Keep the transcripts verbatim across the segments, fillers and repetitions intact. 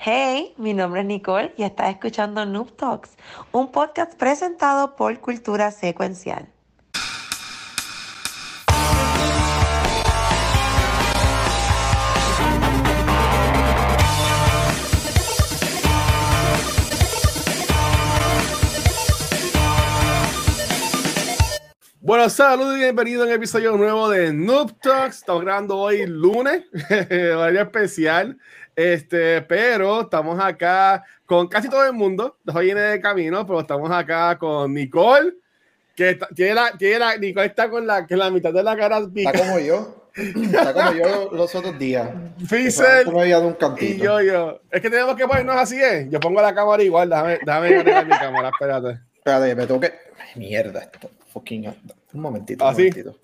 Hey, mi nombre es Nicole y estás escuchando Noob Talks, un podcast presentado por Cultura Secuencial. Bueno, saludos y bienvenidos a un episodio nuevo de Noob Talks. Estamos grabando hoy lunes, horario especial, este, pero estamos acá con casi todo el mundo. Hoy viene de camino, pero estamos acá con Nicole, que está, tiene la, tiene la, Nicole está con la, que la mitad de la cara pica. Está como yo, está como yo los otros días. Pixel un cantito. y yo, yo. Es que tenemos que ponernos así, ¿eh? Yo pongo la cámara igual, déjame, déjame agregar mi cámara, espérate. Espérate, me tengo que... Ay, mierda, esto. Fucking... Un momentito, un ¿Ah, sí? momentito.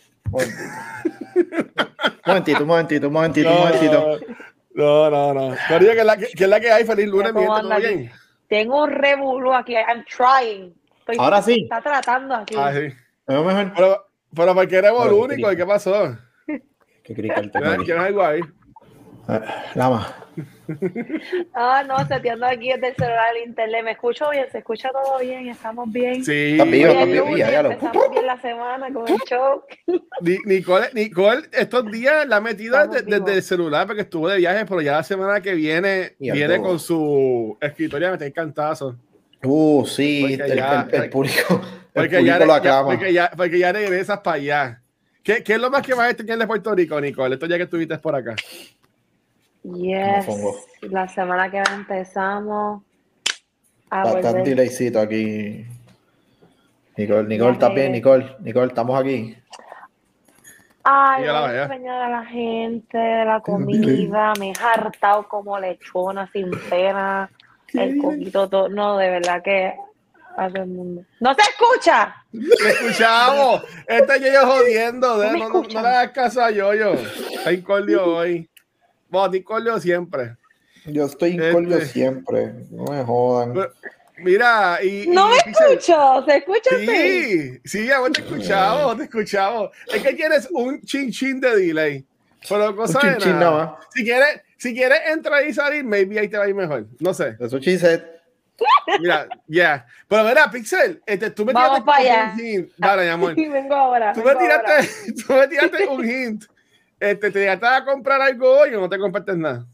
Un momentito, un momentito, un momentito, un momentito. No, no, no. Corillo, que es la que, que, es la que hay. Feliz lunes, mi gente, ¿todo bien? Tengo un revolú aquí. I'm trying. Estoy, Ahora sí. Está tratando aquí. Ah, sí. ¿Me veo mejor? Pero, pero ¿por qué revolú, único? ¿Y qué pasó? ¿Qué crical tengo aquí? ¿Tienes algo ahí? Uh, Lama. Ah, no, seteando aquí desde el celular el internet. ¿Me escucho bien? ¿Se escucha todo bien? ¿Estamos bien? Sí. Estás viva, estás Bien, viva, ya lo... Empezamos bien la semana con el show. Nicole, Nicole, estos días la ha metido desde, desde el celular porque estuvo de viaje, pero ya la semana que viene Mierda. viene con su escritorio a meter cantazo. Uh, sí, el, ya, el, el público, el porque, público ya, lo aclama. porque, ya, porque ya regresas para allá. ¿Qué, ¿Qué es lo más que vas a tener de Puerto Rico, Nicole? Estos días que estuviste por acá. Yes. La semana que viene empezamos a Está, está un volver. delaycito aquí. Nicole, Nicole, ¿estás bien? Nicole, Nicole, estamos aquí. Ay, Ya la voy veo. a extrañar a la gente, de la comida, me he hartado como lechona sin pena, el coquito todo, no, de verdad que a todo el mundo. ¡No se escucha! ¡Le escuchamos! Este yo jodiendo, de, No me no, no, no le hagas caso a Yoyo. Está incordio hoy. Bueno, incordio siempre. Yo estoy incordio Este- siempre, no me jodan. Pero, mira, y... ¡No y- me Pixel- escucho! ¿Se escucha así? Sí, sí, ya vos te escuchamos, te escuchamos. Es que tienes un chin chin de delay. Pero cosa Un de chin chin nada. nada más. Si quieres, si quieres entrar y salir, maybe ahí te va a ir mejor. No sé. Eso chisete. Mira, ya. Yeah. Pero mira, Pixel, este, tú me Vamos tiraste para como allá. un hint. Dale, mi amor. Sí, vengo ahora. Tú vengo me ahora. tiraste, tú me tiraste un hint. Este, ¿te llegaste a comprar algo hoy o no te compraste nada?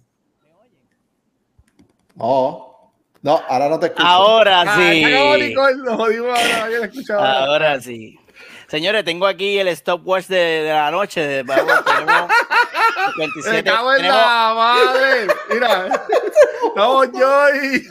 No, no, ahora no te escucho. Ahora Ah, sí. se acabó, Nicole, lo jodimos ahora, había escuchado ahora. Ahora sí. Señores, tengo aquí el stopwatch de, de la noche. De, vamos, tenemos Me veintisiete. cago en Tenemos, la madre. Mira, estamos yo y...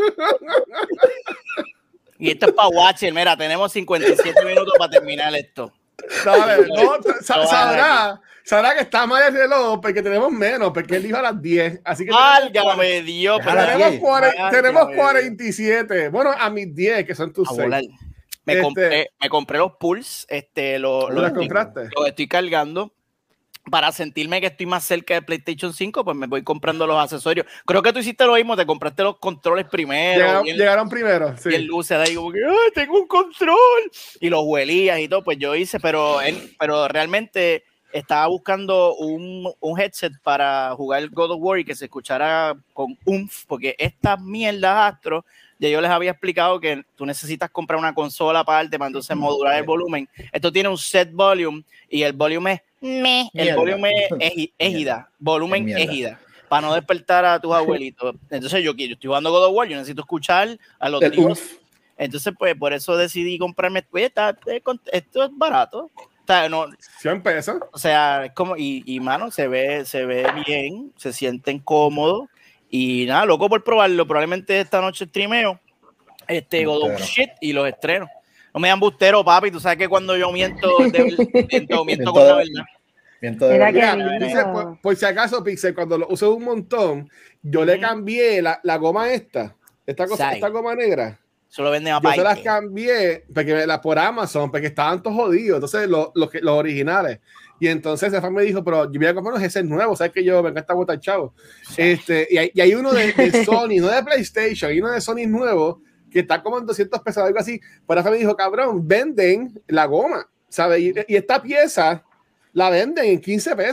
y esto es para Watcher. Mira, tenemos cincuenta y siete minutos para terminar esto. Dale, no, sa- Lo van a sabrá, sabrá que está mal el reloj porque tenemos menos, porque él dijo a las diez. Así que Válgame Dios. A las tenemos, diez. cuarenta, Válgame tenemos Dios. cuarenta y siete. Bueno, a mis diez, que son tus A seis. volar. Me, Este- compré, me compré los Pulse. Este, lo, ¿Tú lo las estoy- compraste? Los estoy cargando. Para sentirme que estoy más cerca de PlayStation cinco, pues me voy comprando los accesorios. Creo que tú hiciste lo mismo, te compraste los controles primero. Llegaron, bien- llegaron primero, sí. Y el luce ahí como que ¡ay, tengo un control! Y los huelías y todo, pues yo hice, pero, él, pero realmente estaba buscando un, un headset para jugar God of War y que se escuchara con umf, porque estas mierdas Astro, ya yo les había explicado que tú necesitas comprar una consola aparte para entonces modular el volumen. Esto tiene un set volume y el volumen es me, el Mierda. volumen es egi- égida, volumen Es mierda. égida, para no despertar a tus abuelitos. Entonces yo, yo estoy jugando God of War, yo necesito escuchar a los El tíos. umf. Entonces, pues, por eso decidí comprarme. Oye, está, eh, con- esto es barato. O sea, no, cien pesos. o sea, es como, y, y mano, se ve, se ve bien, se sienten cómodos. Y nada, loco por probarlo. Probablemente esta noche streameo este God of Bustero. Shit y los estreno. No me dan bustero, papi. Tú sabes que cuando yo miento, de, miento, miento Miento con la de- verdad. Miento de Mira que verdad. Mira, lindo. dice, por, por si acaso, Pixel, cuando lo uso un montón, yo le Ujú. cambié la, la goma esta, esta, cosa, Sai. esta goma negra. Solo venden a Yo se las Paike. cambié porque la, por Amazon, porque estaban todos jodidos. Entonces, los, los, que- los originales. Y entonces ese fan me dijo, pero yo voy a comprar unos ese nuevo, ¿sabes que yo me encanta botar chavo? Este, y, hay, y hay uno de, de Sony, no de PlayStation, hay uno de Sony nuevo que está como en doscientos pesos, algo así. Pero ese me dijo, cabrón, venden la goma, ¿sabes? Y, y esta pieza la venden en quince pesos.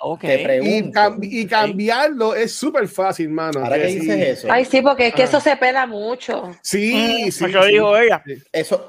te Y, pregunto. cambi- y cambiarlo es súper fácil, mano. Ahora que sí. dices eso, Ay, sí, porque es que Ajá. eso se pela mucho. Sí, Mm, sí. ¿qué sí. dijo ella? Sí. eso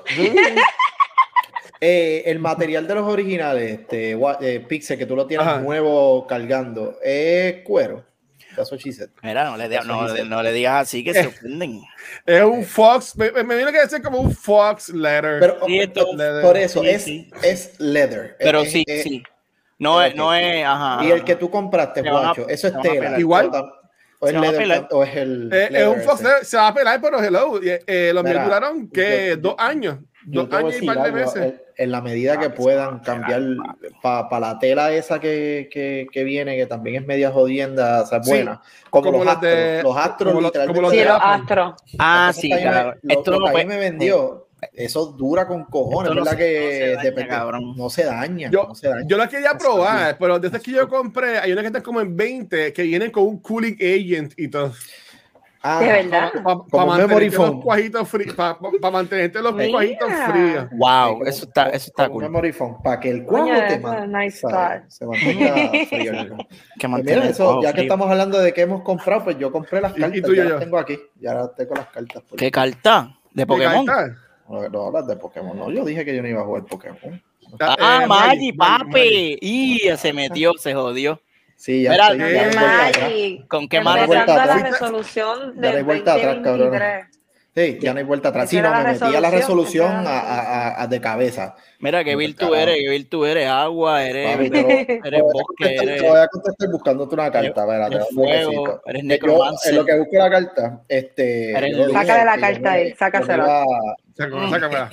eh, el material de los originales, este, wa- eh, Pixel, que tú lo tienes Ajá. nuevo cargando, es cuero. That's what she said. Mira, no le, diga- Eso no, dice. no le digas así que se ofenden. Es un Fox. Me, me viene que ser como un Fox letter. Pero Sí, esto- leather. por eso sí, es, sí. es leather. Pero Es- sí, es- sí. No es, ok. no es, ajá. Y el que tú compraste, Se van a- Guacho, eso es se van a tela. pelar. Igual. O, tam- o es Se van a leather pelar. tam- o es el. Eh, es leather un Fox ese. letter. Se va a pelar, pero hello. eh, eh, los míos Mira, duraron, ¿qué? yo- dos años. Yo Dos te voy a años y decir par de algo, meses. en, en la medida que Papi, puedan se van a pegar, cambiar para la tela esa que, que, que viene, que también es media jodienda, o sea, Sí, buena, como, como los los astros, de- los astros como los- literalmente. como los Sí, de los Apple. astros. Ah, La cosa sí, que a mí me- claro. Lo, Esto lo no que a mí puede- me vendió, eso dura con cojones, Esto no ¿verdad? se- que no se daña, depende- cabrón. no se daña, Yo, no se daña. yo la quería No probar, sabía. pero desde que yo compré, hay una que está como en veinte que vienen con un cooling agent y todo. Ah, De verdad. Para Como un memory mantenerte los foam. cuajitos fríos. Para mantenerte los Mira. cuajitos fríos. Wow, como- eso está, como- eso está como un cool. memory foam, para que el Coño, cuajo te eso es man- nice ¿sabes? thought. se mantenga frío. Que Pues mantener mira, el eso, cuajo ya que frío. estamos hablando de que hemos comprado, pues yo compré las ¿Y- y cartas, tú y ya yo? las tengo aquí, ya las tengo las cartas. Pues. ¿Qué carta? ¿De ¿Qué Pokémon? carta? No, no hablas de Pokémon, no, yo dije que yo no iba a jugar Pokémon. Ah, Eh, Maggi, Maggi, papi. Maggi. Y se metió, se jodió. Sí, ya Mira, estoy, ya eh, no hay vuelta atrás. Magic. ¿Con qué Ya no hay mano? vuelta Empezando la atrás. resolución Ya no del hay vuelta atrás, cabrón. veinte veintitrés. Sí, ya no hay vuelta atrás. Esa Sí, era no, la me metí a la resolución, resolución esa a, era la a- a- a- de cabeza. Mira, qué No, vil tú carajo. eres, qué vil tú eres, agua, eres, Papi, te lo- eres te voy a bosque, contestar- eres, te voy a contestar buscándote una carta. Espérate, eres un brequecito. fuego, eres Yo, necromancer. en lo que busco la carta, este. Eres yo lo luz. dije Sácale la que yo carta me- ahí, yo sácasela. me iba- Sácamela, sácamela.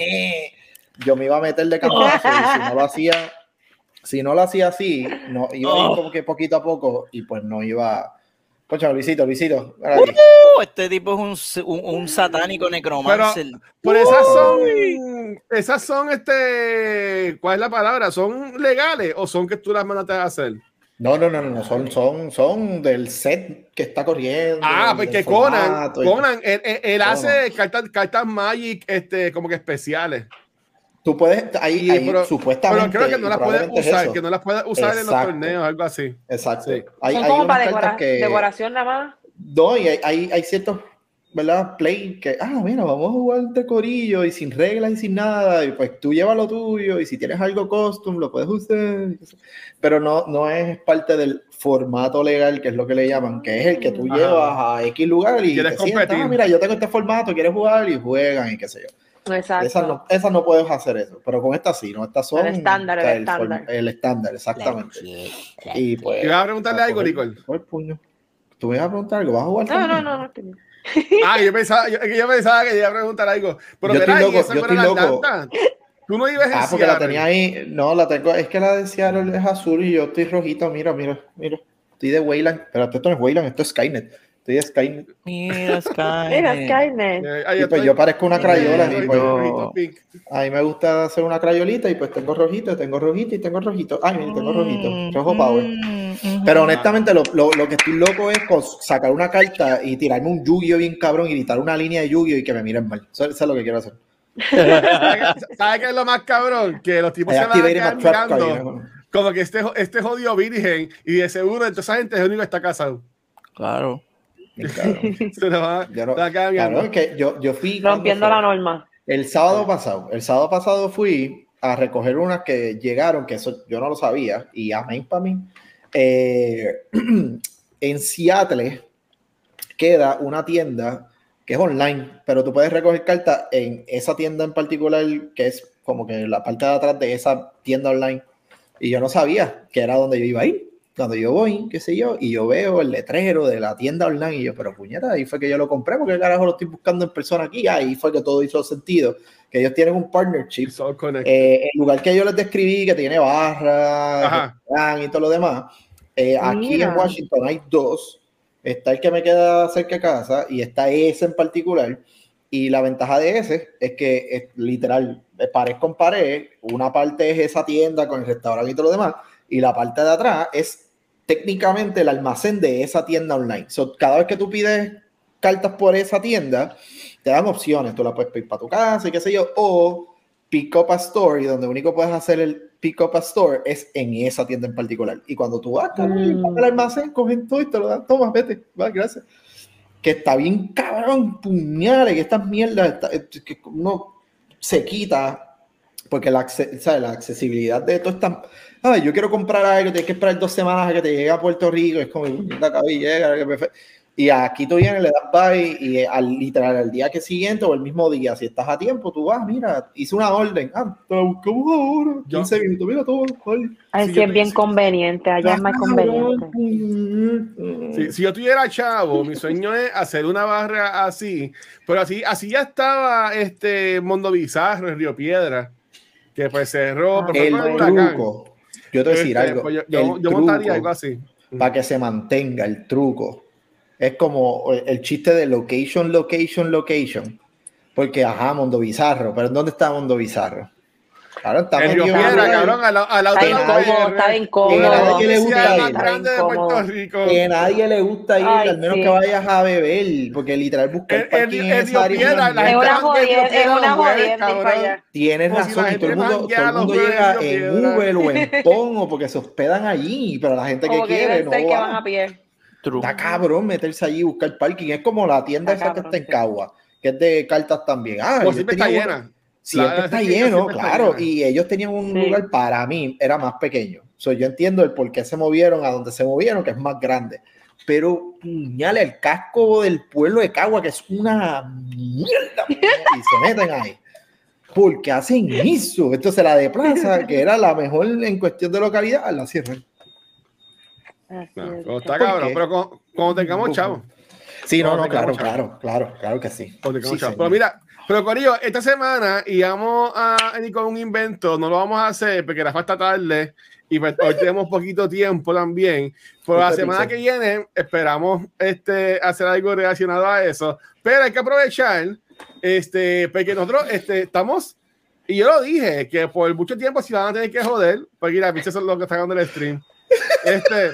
yo me iba a meter de cantazo y si no lo hacía, si no lo hacía así, no, iba a ir Oh. como que poquito a poco y pues no iba. Concha, Luisito, Luisito. ven aquí. Uh, este tipo es un, s- un, un satánico necromancer. Pero esas son, esas son, este, ¿cuál es la palabra? ¿Son legales o son que tú las mandaste a hacer? No, no, no, no, no, son, son, son del set que está corriendo. Ah, del porque Conan, formato y- Conan, él, él- él Conan. hace cartas, cartas Magic, este, como que especiales. Tú puedes, ahí, Y, ahí pero, supuestamente. pero creo que no y las puedes probablemente es usar, eso. que no las puedes usar en los Exacto. torneos, algo así. Exacto. Sí. Hay, Son hay como unas para cartas decora- que. decoración nada más. No, y hay, hay, hay ciertos, ¿verdad? Play que, ah, mira, vamos a jugar de corillo y sin reglas y sin nada, y pues tú llevas lo tuyo, y si tienes algo custom, lo puedes usar. Pero no, no es parte del formato legal, que es lo que le llaman, que es el que tú Ajá. llevas a X lugar y Quieres te sientas, competir. ah, mira, yo tengo este formato, quieres jugar y juegan y qué sé yo. Exacto. Esas no, esas no puedes hacer eso, pero con estas sí, ¿no? Estas son El estándar, el o sea, estándar. form- el estándar, exactamente. Y pues. ¿Y vas a preguntarle a algo, coger- Nicole? coger puño. ¿Tú me vas a preguntar algo? ¿Vas a jugar? No, también? no, no, no. Ah, yo pensaba, yo, yo pensaba que iba a preguntar algo. Pero Yo estoy verá, ¿y loco, esa yo fuera estoy la loco. Atlanta? Tú no ibas en Ah, porque la Seattle. tenía ahí. No, la tengo. Es que la de Seattle es azul y yo estoy rojito. Mira, mira, mira. Estoy de Wayland. Pero esto no es Wayland, esto es Skynet. Estoy de Skynet. Mira, Sky. Mira, Skynet. Eh, ahí Y pues estoy. yo parezco una crayola. Rojito, Y pues, rojito, pink. a mí me gusta hacer una crayolita y pues tengo rojito, tengo rojito y tengo rojito. Ay, mira, tengo rojito. Rojo power. Pero honestamente lo, lo, lo que estoy loco es con sacar una carta y tirarme un Yu-Gi-Oh bien cabrón y editar una línea de Yu-Gi-Oh y que me miren mal. Eso, eso es lo que quiero hacer. ¿Sabes qué- ¿Sabes qué es lo más cabrón? Que los tipos I se van a activated quedar my trap card, mirando you know. como que este, jo- este jodido virgen y de seguro entonces esa gente es el único que está casado. Claro. Bien cabrón. Se lo van Yo a no- se van a quedar Cabrón, mirando. es que yo, yo fui. Rompiendo ¿cuándo la fue? norma. El sábado pasado, el sábado pasado fui a recoger unas que llegaron, que eso yo no lo sabía, y amén para mí. Eh, en Seattle queda una tienda que es online, pero tú puedes recoger cartas en esa tienda en particular, que es como que la parte de atrás de esa tienda online. Y yo no sabía que era donde yo iba a ir. Cuando yo voy, qué sé yo, y yo veo el letrero de la tienda online, y yo, pero puñeta, ahí fue que yo lo compré, porque carajo lo estoy buscando en persona aquí. Ahí fue que todo hizo sentido, que ellos tienen un partnership. It's all connected. Eh, el lugar que yo les describí, que tiene barra, Ajá. restaurante y todo lo demás, eh, aquí Mira. en Washington hay dos. Está el que me queda cerca de casa y está ese en particular. Y la ventaja de ese es que es literal, de pared con pared. Una parte es esa tienda con el restaurante y todo lo demás, y la parte de atrás es técnicamente el almacén de esa tienda online. So, cada vez que tú pides cartas por esa tienda, te dan opciones. Tú las puedes pedir para tu casa y qué sé yo, o pick up a store y donde único puedes hacer el pick up a store es en esa tienda en particular. Y cuando tú vas, cabrón, Mm. al almacén, cogen todo y te lo dan, toma, vete, va, gracias. Que está bien cabrón, puñales, que estas mierdas, está- que uno se quita, porque la, acce- ¿sabes? La accesibilidad de esto está... Ay, yo quiero comprar algo, tienes que esperar dos semanas a que te llegue a Puerto Rico, es como, puñeta, cabrón, y llega, que perfecto. Y aquí tú vienes, le das buy y al literal al día que siguiente o el mismo día, si estás a tiempo, tú vas, mira, hice una orden, ah, te la buscamos ahora, quince minutos, mira todo. Ay. Ay, Si sí, yo es bien te- conveniente, allá es más conveniente. Si, si yo tuviera chavo, mi sueño es hacer una barra así, pero así, así ya estaba este Mundo Bizarro en Río Piedra, que pues cerró, Ah, pues fue El por el huracán. truco, yo te voy a decir Este, algo, pues yo, yo, el yo montaría truco algo así. para que se mantenga el truco es como el chiste de location, location, location, porque ajá, Mundo Bizarro, pero ¿dónde está Mundo Bizarro? Claro, está En Río metido Piedra, ahí. cabrón, al, lado- al lado Está de la incómodo, está U P R, incómodo. Que a nadie le gusta universidad más ir. grande de Puerto Incómodo. Rico. Que a nadie le gusta ir, Ay, al menos sí. que vayas a beber, porque literal buscar En, en, parking Río- en en esa Río área es Piedra, una la Es gente mierda. una janguea en Río jodienda, es Piedra una los jueves, jodienda ir para cabrón. allá. Tienes Como si razón, la y todo el gente mundo, janguea todo el los mundo jueves en llega Río en Piedra. Uber o en Pongo porque se hospedan allí, pero la gente que Como que quiere deben no ser que van va. a pie. True. Está cabrón meterse allí y buscar parking. Es como la tienda Está esa que cabrón, está en sí. Cagua, que es de cartas también. Ah, Pues ellos siempre está tenían uno- llena. Siempre La- está es que ellos lleno, siempre está claro. llena. Y ellos tenían un Sí. lugar, para mí, era más pequeño. So, yo entiendo el por qué se movieron a donde se movieron, que es más grande. Pero, puñale, el casco del pueblo de Cagua, que es una mierda, puñale, y se meten ahí. Porque hacen eso. Entonces, la de Plaza, que era la mejor en cuestión de localidad, la cierran. Así No, es. pero está ¿Por cabrón, qué? pero cuando, cuando tengamos Uf. chavos. Sí, no, Cuando no, claro, tengamos chavos. claro, claro, claro que sí. Cuando tengamos Sí, chavos. señor. Pero mira, pero Corillo, esta semana íbamos a ir con un invento, no lo vamos a hacer porque la falta tarde y pues hoy tenemos poquito tiempo también. Pero la Este semana pixel. que viene esperamos este, hacer algo relacionado a eso. Pero hay que aprovechar, este, porque nosotros este, estamos, y yo lo dije, que por mucho tiempo si van a tener que joder, porque mira, eso es lo que está dando el stream. Este,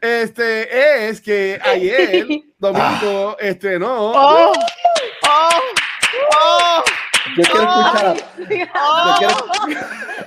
este es que ayer, domingo, estrenó. ¡Oh! ¡Oh! ¡Oh! Yo quiero escuchar a, ¡Oh! yo quiero,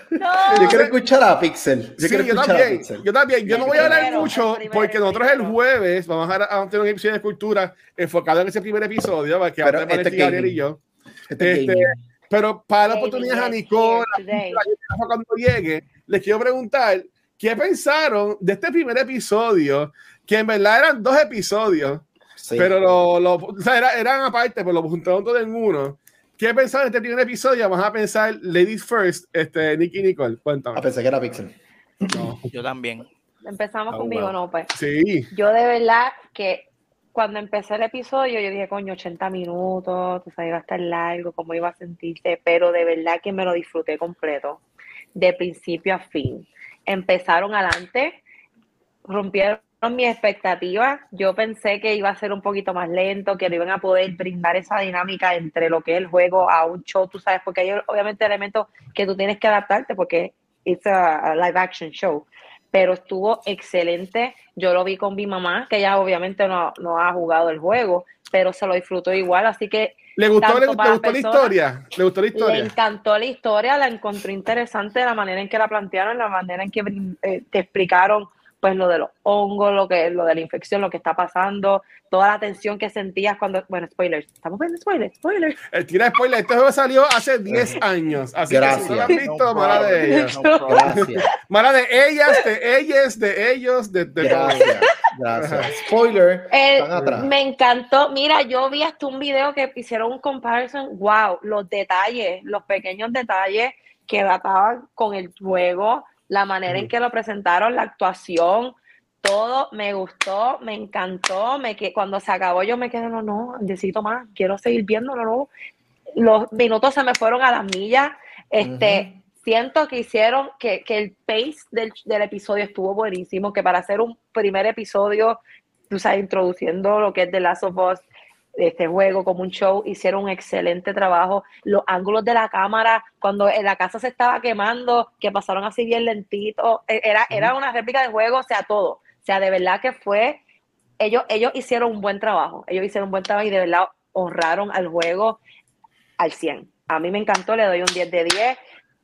No. yo quiero escuchar a Pixel. Yo Sí, quiero yo escuchar a también, Pixel. yo también. Yo El no voy a hablar primero, mucho el primero, porque el nosotros el primero. jueves vamos a, a tener un episodio de cultura enfocado en ese primer episodio para que Pero hable este Valentín, Gabriel gaming. y yo. Este Este, gaming. Pero para la Gaming oportunidad a is Nicole, here today. cuando llegue, les quiero preguntar qué pensaron de este primer episodio, que en verdad eran dos episodios, Sí. pero lo, lo, o sea, era- eran aparte, pero lo juntaron todo en uno. ¿Qué pensaron de este primer episodio? Vamos a pensar Ladies First, este, Nicky y Nicole. Cuéntame. Ah, pensé que era Pixel. No. Yo también. Empezamos Oh, conmigo, wow. no, pues. Sí. Yo de verdad que cuando empecé el episodio, yo dije, coño, ochenta minutos, tú sabes, iba a estar largo, cómo iba a sentirse, pero de verdad que me lo disfruté completo, de principio a fin. Empezaron adelante, rompieron mis expectativas. Yo pensé que iba a ser un poquito más lento, que no iban a poder brindar esa dinámica entre lo que es el juego a un show, tú sabes, porque hay obviamente elementos que tú tienes que adaptarte porque it's a, a live action show. Pero estuvo excelente. Yo lo vi con mi mamá, que ella obviamente no, no ha jugado el juego, pero se lo disfrutó igual, así que ¿Le gustó, tanto le, gustó- para le gustó la personas- historia? ¿Le gustó la le historia? encantó la historia, la encontré interesante, la manera en que la plantearon, la manera en que eh, te explicaron pues lo de los hongos, lo que lo de la infección, lo que está pasando, toda la tensión que sentías cuando, bueno, spoilers, estamos viendo spoilers, spoilers. El tira spoiler, este juego salió hace diez años, así que si no lo han Gracias. visto, No mala de problem. ellas. No problem. Gracias. Mala de ellas, de ellas, de ellos, de, de todos. Gracias. Gracias. Spoiler. Eh, Están atrás. Me encantó, mira, yo vi hasta un video que hicieron un comparison, wow, los detalles, los pequeños detalles que databan con el juego, la manera en que lo presentaron, la actuación, todo me gustó, me encantó, me que cuando se acabó yo me quedé, no, no, necesito más, quiero seguir viéndolo, no. Los minutos se me fueron a las millas, este, Ujú. siento que hicieron, que, que el pace del, del episodio estuvo buenísimo, que para hacer un primer episodio, tú sabes, introduciendo lo que es The Last of Us, este juego como un show, hicieron un excelente trabajo. Los ángulos de la cámara, cuando en la casa se estaba quemando, que pasaron así bien lentito, era, era una réplica de juego, o sea, todo. O sea, de verdad que fue, ellos, ellos hicieron un buen trabajo, ellos hicieron un buen trabajo y de verdad honraron al juego al cien. A mí me encantó, le doy un diez de diez.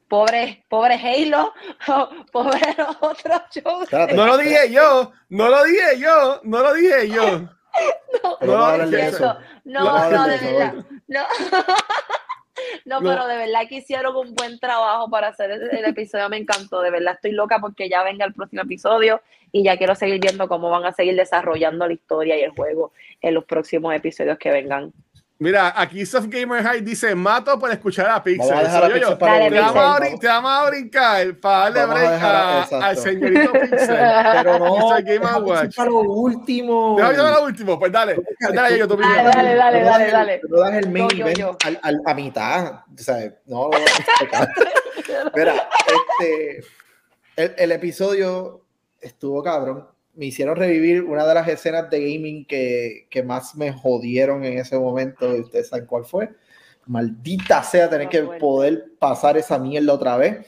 Pobre, pobre Halo, pobre los otros shows. Espérate. No lo dije yo, no lo dije yo, no lo dije yo. No, Pero no, vamos a hablar de siento- eso. no, Vamos a hablar no, de de eso verdad. hoy. No. No, No. pero de verdad que hicieron un buen trabajo para hacer el, el episodio, me encantó, de verdad estoy loca porque ya venga el próximo episodio y ya quiero seguir viendo cómo van a seguir desarrollando la historia y el juego en los próximos episodios que vengan. Mira, aquí Soft Gamer High dice, mato por escuchar a Pixel. Vamos a dejar a Soy yo, Pixel yo. para Dale, Te el vamos, a último. brin- te vamos a brincar para darle Vamos a break dejar a- a- exacto. al señorito Pixel. Pero no, Mister Game deja and Pixel Watch. para lo último. Déjame llevar lo último, pues dale. Pues dale, yo, tú Dale, primero. dale, dale, No das dale, el- dale. No das el main Yo, yo, event yo. al- al- a mitad. O sea, no. Mira, este, el, el episodio estuvo cabrón. Me hicieron revivir una de las escenas de gaming que, que más me jodieron en ese momento. Y ustedes saben cuál fue. Maldita sea tener que poder pasar esa mierda otra vez.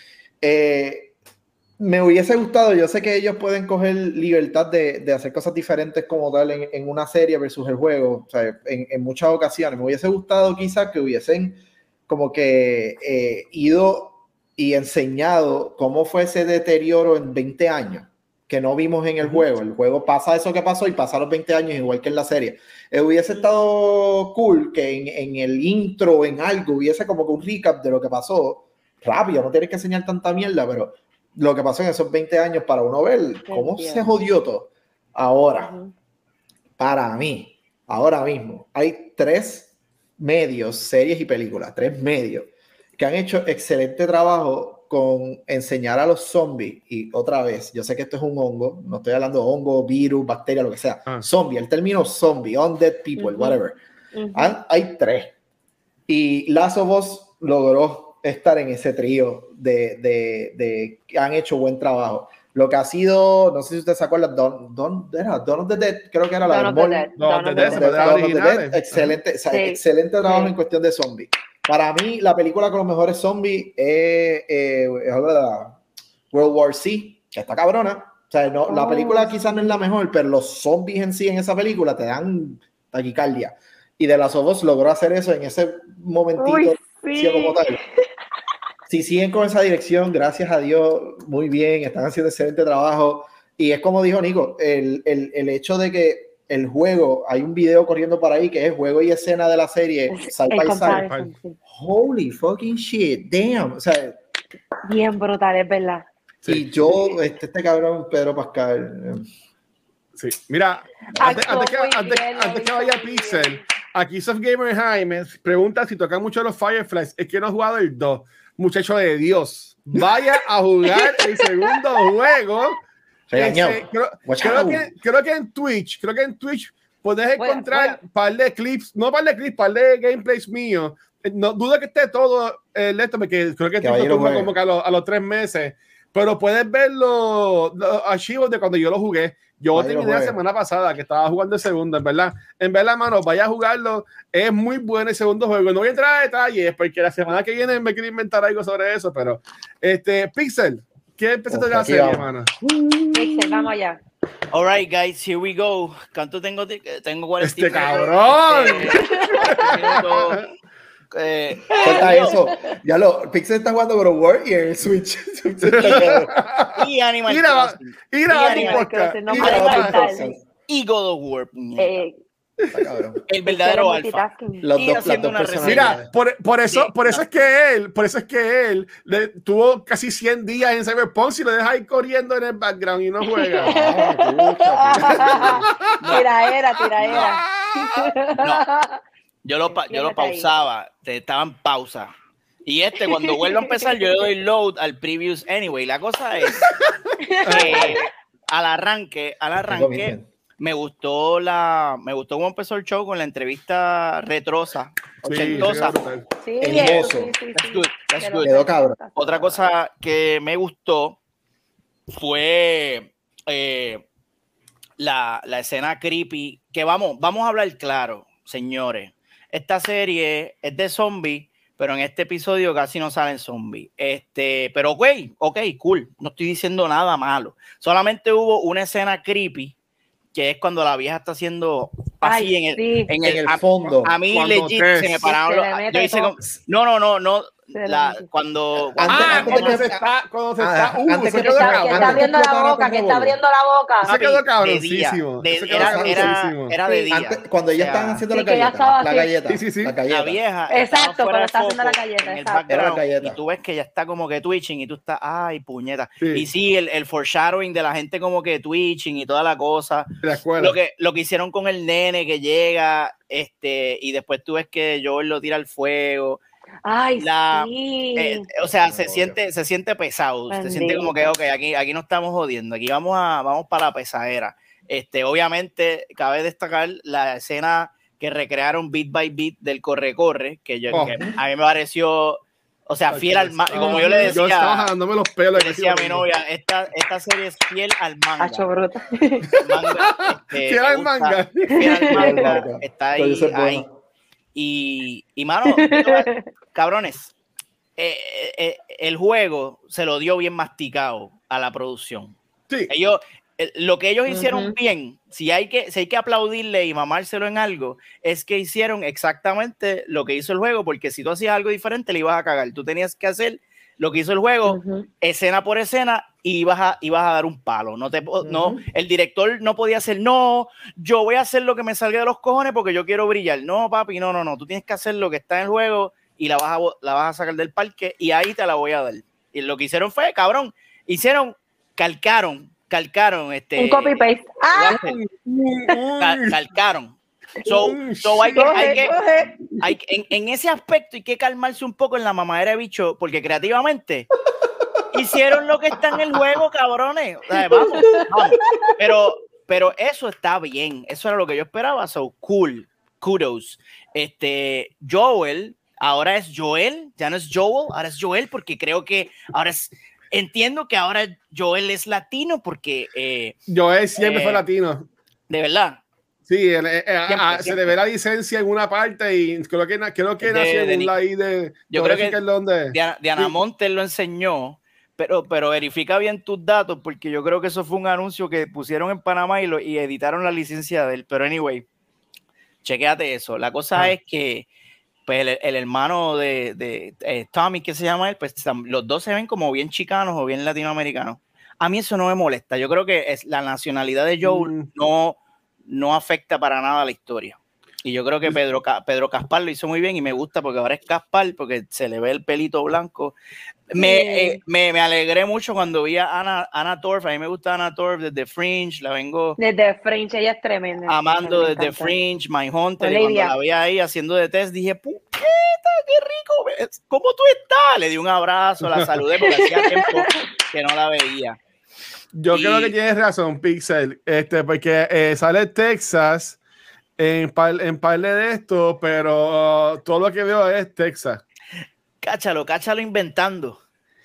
Eh, me hubiese gustado, yo sé que ellos pueden coger libertad de, de hacer cosas diferentes como tal en, en una serie versus el juego, o sea, en, en muchas ocasiones. Me hubiese gustado quizás que hubiesen como que eh, ido y enseñado cómo fue ese deterioro en veinte años que no vimos en el juego. El juego pasa eso que pasó y pasa los veinte años igual que en la serie. Eh, hubiese estado cool que en, en el intro, en algo, hubiese como que un recap de lo que pasó. Rápido, no tienes que enseñar tanta mierda, pero lo que pasó en esos veinte años para uno ver cómo Entiendo. se jodió todo. Ahora, Ujú. para mí, ahora mismo, hay tres medios, series y películas, tres medios, que han hecho excelente trabajo con enseñar a los zombies. Y otra vez, yo sé que esto es un hongo, no estoy hablando de hongo, virus, bacteria, lo que sea. Ah. Zombie, el término zombie, undead people, Ujú. whatever. Ujú. Han- hay tres. Y Last of Us logró estar en ese trío de, de, de que han hecho buen trabajo. Lo que ha sido, no sé si ustedes se acuerdan, Don, Don, era Dawn of the Dead, creo que era la Dawn de of the Dead, No, Dawn de of the Dead, Dead. se puede- Dawn of the originales. Dead, excelente, o sea, Sí. excelente trabajo Sí. en cuestión de zombies. Para mí, la película con los mejores zombies es eh, es la World War Z, que está cabrona. O sea, no, la Oh, película quizás no es la sí. mejor, pero los zombies en sí en esa película te dan taquicardia. Y de las of Us logró hacer eso en ese momentito. Uy, sí. Como tal. Si siguen con esa dirección, gracias a Dios, muy bien, están haciendo excelente trabajo. Y es como dijo Nico, el, el, el hecho de que el juego, hay un video corriendo por ahí que es juego y escena de la serie side El by side. comparison, sí. Holy fucking shit, damn. O sea, Bien brutal, es verdad. Sí. y yo, este, este cabrón, Pedro Pascal. Sí, mira, antes, Actuó antes que, muy antes, bien, lo antes que hizo vaya muy Pixel, bien. aquí Soft Gamer Jaime pregunta si tocan mucho los Fireflies. Es que no ha jugado el dos. Muchacho de Dios, vaya a jugar el segundo juego. Regañado. Ese, creo, Watch creo out. que, creo que en Twitch, creo que en Twitch puedes Bueno, encontrar un par de clips, no par de clips, par de gameplays míos. Eh, No dudo que esté todo el esto, porque creo que, Que vaya y lo esto juegue. como que a, los, a los tres meses. Pero puedes ver los, los archivos de cuando yo lo jugué. Yo Vaya y lo terminé la juegue. semana pasada que estaba jugando el segundo, en verdad. En verdad, mano, vaya a jugarlo. Es muy bueno el segundo juego. No voy a entrar a detalles porque la semana que viene me quiero inventar algo sobre eso, pero este Pixel, ¿qué empezaste Uf, de la aquí serie, vamos. mano? Pixel, vamos allá. All right, guys, here we go. ¿Cuánto tengo? de- Tengo cuarenta Este cabrón. minutos. Eh, Suelta eso. Ya lo, Pixel está jugando God of War y el Switch. Switch está cabrón. y Animal Mira, Crossing. Ir Y a tu Animal podcast. Crossing, no Ir me a tu va a podcast. faltar. Y God of War. puñeta. Eh, Está cabrón. el verdadero Pixel alfa. multitasking. Los Y dos, las haciendo dos una personalidades. Mira, por, por eso, Sí, por eso no. es que él, por eso es que él le, tuvo casi cien días en Cyberpunk y lo deja ahí corriendo en el background y no juega. Ah, Tiraera, tiraera. No. Yo lo, pa- yo lo Entiéndete ahí. pausaba, te estaba en pausa. Y este, cuando vuelvo a empezar, yo le doy load al previous anyway. La cosa es que al arranque, al arranque, me gustó la, me gustó cómo empezó el show con la entrevista retrosa, Sí, ochentosa. sí, brutal. Sí, Hermoso. sí, sí, That's sí. good, that's De los good. Quedó cabrón. setenta. Otra cosa que me gustó fue eh, la, la escena creepy. Que vamos, vamos a hablar claro, señores. Esta serie es de zombies, pero en este episodio casi no salen zombies. Este, pero ok, ok, cool. No estoy diciendo nada malo. Solamente hubo una escena creepy, que es cuando la vieja está haciendo así Ay, en el, sí. en En el, el a- fondo. A, mí Cuando legit te- se me pararon se los- le mete yo hice todo. como- no, no, no, no. la, cuando, cuando Ah, Antes- cuando antes se de que- está, cuando se Ah, está, uh, antes se que quedó está- Que cabrón. está abriendo la Explotara boca, que está Tecnobólico. abriendo la boca. Se quedó de día, cabroncísimo. de- Se quedó era, era, cabroncísimo. era de Sí. día. Antes, cuando O ellos sea, estaban haciendo sí, la que ella galleta, estaba la así. galleta, Sí, sí, sí. la la galleta. vieja Exacto, estaba fuera cuando de está haciendo la foco galleta, en el exacto. Era la background, galleta. y tú ves que ella está como que twitching y tú estás, ay, puñeta. Sí. Y sí, el, el foreshadowing de la gente como que twitching y toda la cosa. De la escuela. Lo que, lo que hicieron con el nene que llega, este, y después tú ves que Joel lo tira al fuego. Ay, La, sí. eh, o sea, Me se odio. siente, se siente pesado, se siente como que, Bendito. ok, aquí, aquí no estamos jodiendo, aquí vamos a, vamos para la pesadera. Este, obviamente, cabe destacar la escena que recrearon beat by beat del corre-corre, que, yo, Oh. que a mí me pareció, o sea, fiel al manga, como yo le decía, Yo estaba jalándome los pelos. le decía a mi novia, esta, esta serie es fiel al manga. Hacho bruta. El manga, este, Fiel me al gusta, manga. fiel al manga, manga. está Pero ahí, eso es bueno. ahí. Y, y mano, cabrones, eh, eh, el juego se lo dio bien masticado a la producción. Sí. Ellos, eh, lo que ellos hicieron Ujú. bien, si hay, que, si hay que aplaudirle y mamárselo en algo, es que hicieron exactamente lo que hizo el juego, porque si tú hacías algo diferente le ibas a cagar. Tú tenías que hacer lo que hizo el juego, Ujú. escena por escena, y ibas a, ibas a dar un palo. No te, no, Ujú. el director no podía hacer, no, yo voy a hacer lo que me salga de los cojones porque yo quiero brillar. No, papi, no, no, no. Tú tienes que hacer lo que está en el juego y la vas a, la vas a sacar del parque y ahí te la voy a dar. Y lo que hicieron fue, cabrón, hicieron, calcaron, calcaron este. Un copy-paste. ¡Ah! cal- calcaron. So, so hay que, hay que, Coge, coge. hay, en, en ese aspecto hay que calmarse un poco en la mamadera de bicho, porque creativamente hicieron lo que está en el juego, cabrones. O sea, vamos, vamos. Pero, pero eso está bien. Eso era lo que yo esperaba. So cool. Kudos. Este, Joel, ahora es Joel, ya no es Joel, ahora es Joel, porque creo que ahora es. Entiendo que ahora Joel es latino, porque eh, Joel siempre Eh, fue latino. de verdad. Sí, él, eh, eh, Siempre, ah, se siempre. le ve la licencia en una parte y creo que, na- creo que De- nació en de un Ni- ahí de. Yo no creo sé que qué es donde. Diana, Diana Sí. Montes lo enseñó, pero, pero verifica bien tus datos, porque yo creo que eso fue un anuncio que pusieron en Panamá y, lo, y editaron la licencia de él. Pero anyway, chequéate eso. La cosa Ah. es que pues, el, el hermano de, de eh, Tommy, que se llama él, pues tam- los dos se ven como bien chicanos o bien latinoamericanos. A mí eso no me molesta. Yo creo que es la nacionalidad de Joel Mm. no, no afecta para nada la historia. Y yo creo que Pedro, Ca- Pedro Caspar lo hizo muy bien y me gusta porque ahora es Caspar, porque se le ve el pelito blanco. Me, Sí. eh, me, me alegré mucho cuando vi a Ana, Ana Torf. A mí me gusta Ana Torf desde Fringe, la vengo Desde Fringe, ella es tremenda. amando Me desde encanta. Fringe, Mindhunter, y cuando Olivia. la vi ahí haciendo de test dije, puñeta, qué rico, ves, ¿cómo tú estás? Le di un abrazo, la saludé porque hacía tiempo que no la veía. Yo Y- creo que tienes razón, Pixel, este, porque eh, sale Texas en par, en par de esto, pero uh, todo lo que veo es Texas. Cáchalo, cáchalo inventando.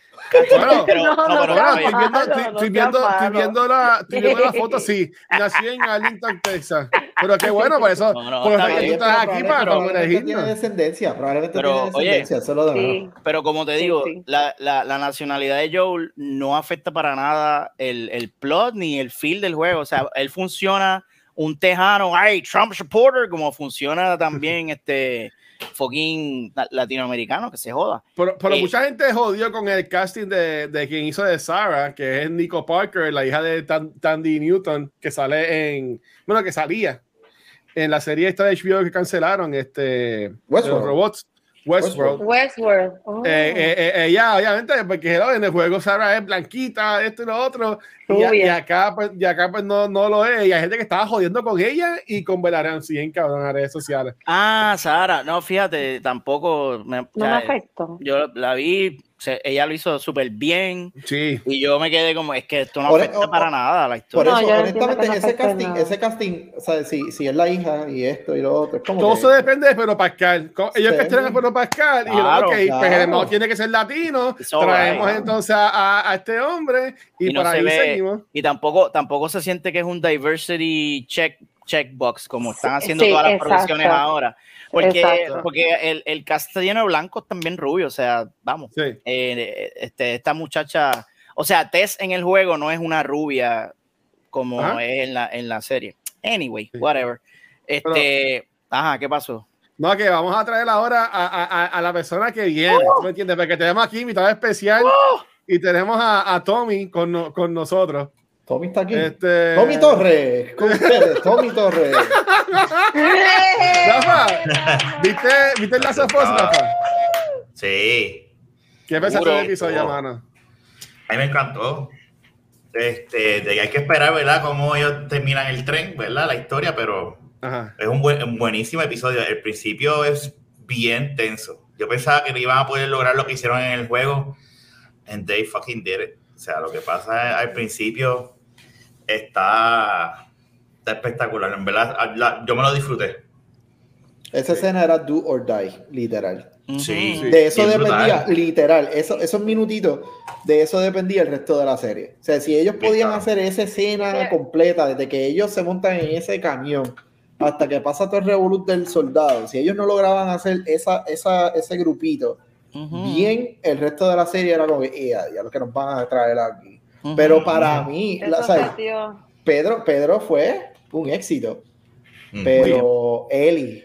Bueno, Pero- No, no, no, pero bueno, sea estoy viendo, malo, estoy, no estoy sea viendo, estoy malo. viendo la, estoy viendo la foto, sí, nací en Arlington, Texas. Pero qué bueno, por eso, No, no, por eso está es que tú bien, estás pero aquí para, para probablemente tiene elegirnos. descendencia, probablemente Pero, tiene oye, descendencia, eso es lo de Sí. menos. Pero como te Sí, digo, sí. La, la, la nacionalidad de Joel no afecta para nada el, el plot ni el feel del juego. O sea, él funciona un tejano, ay, Trump supporter, como funciona también este fucking la- latinoamericano, que se joda. Pero, pero Eh, mucha gente jodió con el casting de, de quien hizo de Sarah, que es Nico Parker, la hija de Tan- Tandy Newton, que sale en, bueno, que salía en la serie esta de H B O que cancelaron, este, de Westworld. los robots, Westworld. Westworld. Oh. Eh, eh, eh, ella, obviamente, porque hello, en el juego Sarah es blanquita, esto y lo otro, y, a- Rubia. y acá, pues, y acá pues no, no lo es. Y hay gente que estaba jodiendo con ella y con Belarian, sí, en cabrón, en las redes sociales. Ah, Sara, no, fíjate, tampoco me, o No me sea, afectó. yo la vi, se- ella lo hizo súper bien Sí. y yo me quedé como, es que esto no Por- afecta o- para o- nada a la Por historia. No, eso, yo no entiendo honestamente, que no ese afecte casting, nada. ese casting, o sea, si, si es la hija y esto y lo otro, es como Todo que- eso depende de Pedro Pascal. Co- Ellos Sí. castigan a Pedro Pascal y dijeron, Claro, ok, pues claro. el hermano tiene que ser latino, It's all traemos right. entonces a, a- a este hombre y, Y no por se ahí ve- seguimos. Y tampoco, tampoco se siente que es un diversity check, checkbox como están haciendo Sí, todas las exacto. producciones ahora. Porque, Exacto. porque el, el cast está lleno de blancos también rubio, o sea, vamos. Sí. Eh, este, esta muchacha, o sea, Tess en el juego no es una rubia como Ajá. es en la, en la serie. Anyway, Sí. whatever. Este, ajá, ¿qué pasó? No, que vamos a traer ahora a, a, a la persona que viene, oh. ¿tú me entiendes? Porque tenemos aquí invitado especial oh. y tenemos a, a Tommy con, no, con nosotros. Tommy está aquí. Este... Tommy Torres, con ustedes, Tommy Torres. Rafa, ¿viste, ¿viste el Last of Us, Rafa? Sí. ¿Qué pensaste del episodio, mano? A mí me encantó. Este, de que hay que esperar, ¿verdad? Cómo ellos terminan el tren, ¿verdad? La historia, pero Ajá. es un, buen, un buenísimo episodio. El principio es bien tenso. Yo pensaba que no iban a poder lograr lo que hicieron en el juego, and they fucking did it. O sea, lo que pasa al principio está, está espectacular. En verdad, la, yo me lo disfruté. Esa sí. escena era do or die, literal. Sí. De eso dependía, brutal. literal, eso, esos minutitos, de eso dependía el resto de la serie. O sea, si ellos podían claro. hacer esa escena completa, desde que ellos se montan en ese camión hasta que pasa todo el revolut del soldado, si ellos no lograban hacer esa, esa, ese grupito, uh-huh. bien, el resto de la serie era como que, ya, ya lo que nos van a traer aquí. Uh-huh. Pero para uh-huh. mí, la, o sea, Pedro, Pedro fue un éxito, uh-huh. pero Eli...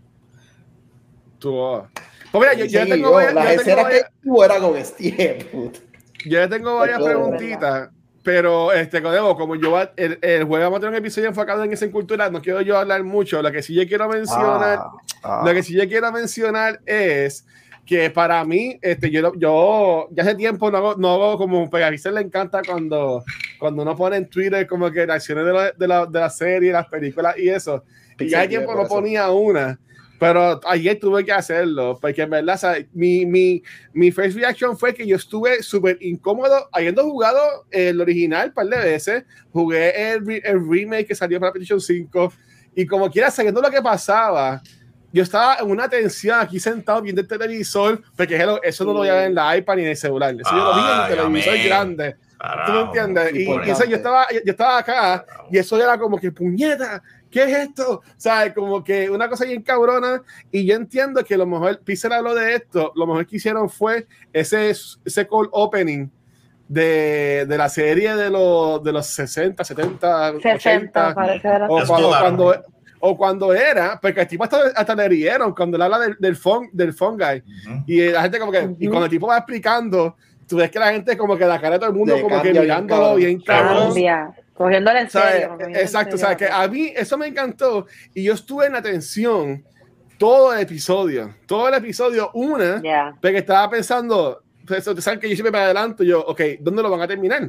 Tú... Pues mira, yo, yo sí, tengo varias, las escenas que tú era con Steve. Yo tengo varias preguntitas, pero este, como yo el, el juego vamos a tener un episodio enfocado en esa cultura, no quiero yo hablar mucho. Lo que sí yo quiero mencionar, ah, ah. lo que sí yo quiero mencionar es que para mí, este, yo, yo ya hace tiempo no hago, no hago como pues, a Giselle le encanta cuando, cuando uno pone en Twitter como que reacciones de la, de la, de la serie, las películas y eso. Y ya hace tiempo no ponía una. Pero ayer tuve que hacerlo, porque en verdad, ¿sabes? Mi, mi, mi first reaction fue que yo estuve súper incómodo, habiendo jugado el original un par de veces, jugué el, el remake que salió para PlayStation cinco, y como quiera, sabiendo lo que pasaba, yo estaba en una tensión aquí sentado viendo el televisor, porque eso, eso no lo veía en la iPad ni en el celular, eso yo lo vi en el televisor amén. grande. ¿Tú me entiendes? Y, y eso, yo, estaba, yo estaba acá, y eso era como que, puñeta, ¿qué es esto? O sea, como que una cosa bien cabrona, y yo entiendo que lo mejor, Pixel habló de esto, lo mejor que hicieron fue ese, ese cold opening de, de la serie de los, de los sesenta, setenta, ochenta, o, cuando, cuando, o cuando era, porque el tipo hasta, hasta le rieron cuando él habla del, del, fun, del fungi, uh-huh. y la gente como que, uh-huh. y cuando el tipo va explicando, tú ves que la gente como que la cara de todo el mundo de como que mirándolo bien cabrón. Cogiéndole en serio. Cogiéndole Exacto, o sea, que a mí eso me encantó y yo estuve en atención todo el episodio, todo el episodio, una, yeah. porque estaba pensando, pues, saben que yo siempre me adelanto, yo, ok, ¿dónde lo van a terminar?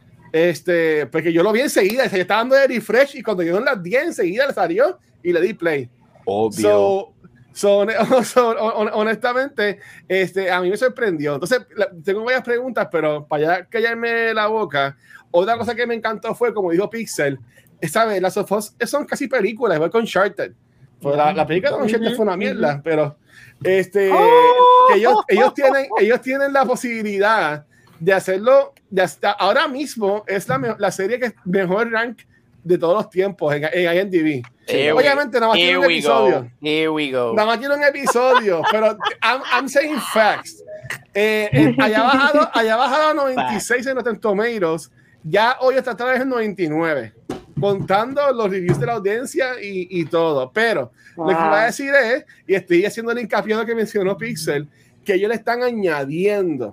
Este, porque yo lo vi enseguida, se estaba dando de refresh y cuando yo en las diez enseguida le salió y le di play. Obvio. So, so, so, honestamente, este, a mí me sorprendió. Entonces, la, tengo varias preguntas, pero para ya callarme la boca, otra cosa que me encantó fue, como dijo Pixel, ¿sabes? Las of Us son casi películas, igual con Uncharted. Pues la, la película de Uncharted fue una mierda, pero este, oh. que ellos, ellos, tienen, ellos tienen la posibilidad de hacerlo, de hasta ahora mismo es la, la serie que es mejor rank de todos los tiempos en, en I M D B. Here Obviamente nada más tiene un episodio. Go. Here we go. Nada más tiene un episodio, pero I'm, I'm saying facts. Eh, eh, haya bajado, haya bajado a noventa y seis en Rotten Tomatoes, ya hoy está otra vez en noventa y nueve, contando los reviews de la audiencia y, y todo. Pero wow. lo que voy a decir es, y estoy haciendo el hincapié en lo que mencionó Pixel, que ellos le están añadiendo.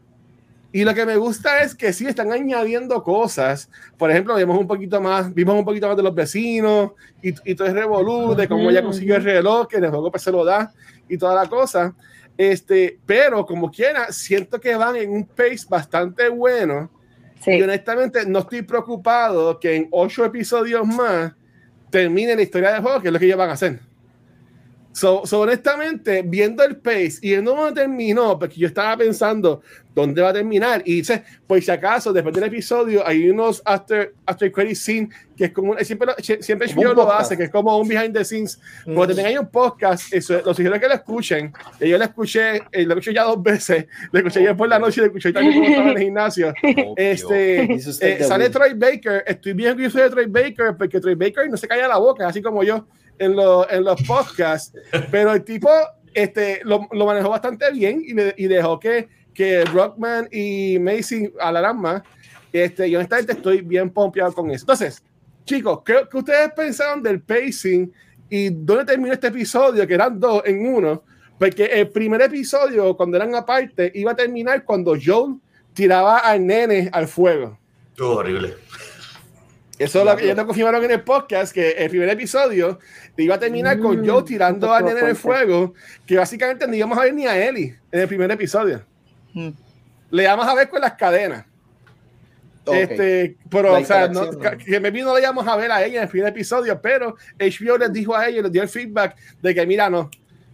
Y lo que me gusta es que sí están añadiendo cosas. Por ejemplo, vimos un poquito más, vimos un poquito más de los vecinos y, y todo el revolú de cómo ella consiguió el reloj, que en el juego pues se lo da y toda la cosa. Este, pero como quiera, siento que van en un pace bastante bueno. Sí. Y honestamente no estoy preocupado que en ocho episodios más termine la historia del juego, que es lo que ellos van a hacer. So, so honestamente, viendo el pace y no me terminó, porque yo estaba pensando dónde va a terminar, y dice, pues si acaso después del episodio hay unos after, after credit scene que es como siempre, siempre yo lo hace, que es como un behind the scenes. Mm. Cuando tengan un podcast, eso, los sugiero que lo escuchen. Yo lo escuché, lo escuché ya dos veces, lo escuché ayer por la noche y lo escuché también cuando estaba en el gimnasio. este, eh, sale Troy Baker, estoy bien que yo soy de Troy Baker, porque Troy Baker no se calla la boca, así como yo en, lo, en los podcasts, pero el tipo este, lo, lo manejó bastante bien y, le, y dejó que, que Rockman y Macy hablaran más. Este, yo honestamente estoy bien pompeado con eso. Entonces, chicos, ¿qué, qué ustedes pensaron del pacing ¿y dónde terminó este episodio? Que eran dos en uno. Porque el primer episodio, cuando eran aparte, iba a terminar cuando Joel tiraba al nene al fuego. Oh, horrible. Eso es lo que ya lo confirmaron en el podcast, que el primer episodio iba a terminar con mm, Joel tirando al nene en el fuego, que básicamente no íbamos a ver ni a Ellie en el primer episodio. Mm. Le íbamos a ver con las cadenas. Okay. Este, pero, o sea, no, no. que me vino, le íbamos a ver a ella en el primer episodio, pero H B O les dijo a ella, les dio el feedback de que, mira, no,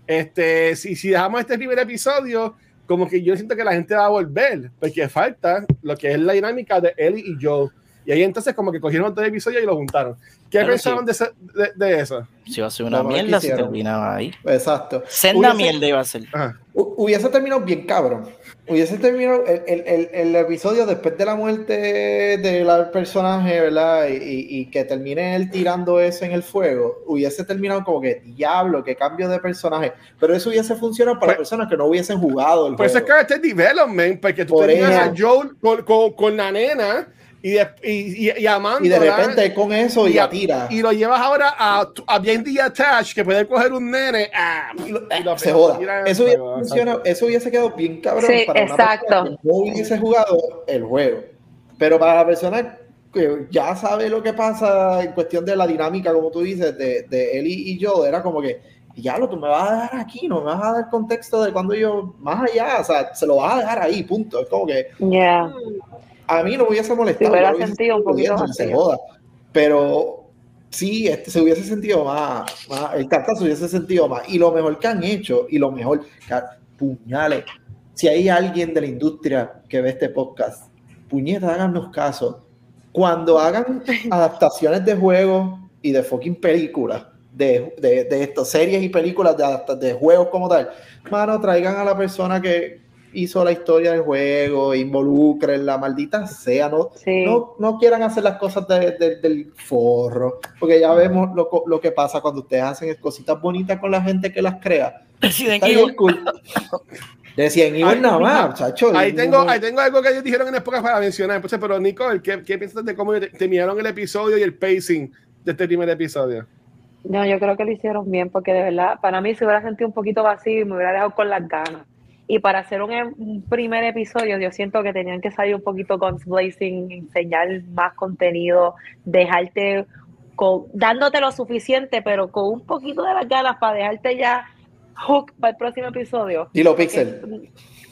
este, si, si dejamos este primer episodio, como que yo siento que la gente va a volver, porque falta lo que es la dinámica de Ellie y Joel. Y ahí entonces como que cogieron tres episodios y lo juntaron. ¿Qué claro, pensaron sí. de, de, de eso? Si iba a ser una no, mierda si terminaba ahí. Exacto. Senda hubiese, mierda iba a ser. Ajá. Hubiese terminado bien cabrón. Hubiese terminado el, el, el, el episodio después de la muerte del personaje, ¿verdad? Y, y, y que termine él tirando eso en el fuego. Hubiese terminado como que, diablo, qué cambio de personaje. Pero eso hubiese funcionado para pues, personas que no hubiesen jugado el pues juego. Pues es character development, porque tú Por tenías a Joel con, con, con la nena y, de, y, y, y amando. Y de repente con eso y, y a tira. Y lo llevas ahora a, a bien detached, que puede coger un nene. Ah, y lo, y lo se joda. Eso hubiese, funcionado, eso hubiese quedado bien cabrón sí, para exacto. una persona que no hubiese jugado el juego. Pero para la persona que ya sabe lo que pasa en cuestión de la dinámica, como tú dices, de, de Ellie y yo, era como que, ya lo tú me vas a dejar aquí, no me vas a dar contexto de cuando yo, más allá, o sea, se lo vas a dejar ahí, punto. Es como que... Yeah. A mí no me hubiese molestado, si hubiera sentido un poquito se joda, pero sí, este, se hubiese sentido más, más, el carta se hubiese sentido más, y lo mejor que han hecho, y lo mejor, puñales, si hay alguien de la industria que ve este podcast, puñetas, háganos caso, cuando hagan adaptaciones de juegos y de fucking películas, de, de, de estas series y películas de, de juegos como tal, mano, traigan a la persona que hizo la historia del juego, involucren la maldita sea, no, sí. no, no quieran hacer las cosas de, de, del forro, porque ya vemos lo, lo que pasa cuando ustedes hacen cositas bonitas con la gente que las crea. Resident Evil. Cool. Resident Evil nada más, chacho. Ahí tengo, ahí tengo algo que ellos dijeron en época para mencionar. Entonces, pero Nicole, ¿qué, qué piensas de cómo terminaron el episodio y el pacing de este primer episodio? No, yo creo que lo hicieron bien, porque de verdad, para mí se hubiera sentido un poquito vacío y me hubiera dejado con las ganas. Y para hacer un, un primer episodio, yo siento que tenían que salir un poquito guns blazing, enseñar más contenido, dejarte, con, dándote lo suficiente, pero con un poquito de las ganas para dejarte ya hook para el próximo episodio. Y lo pixel.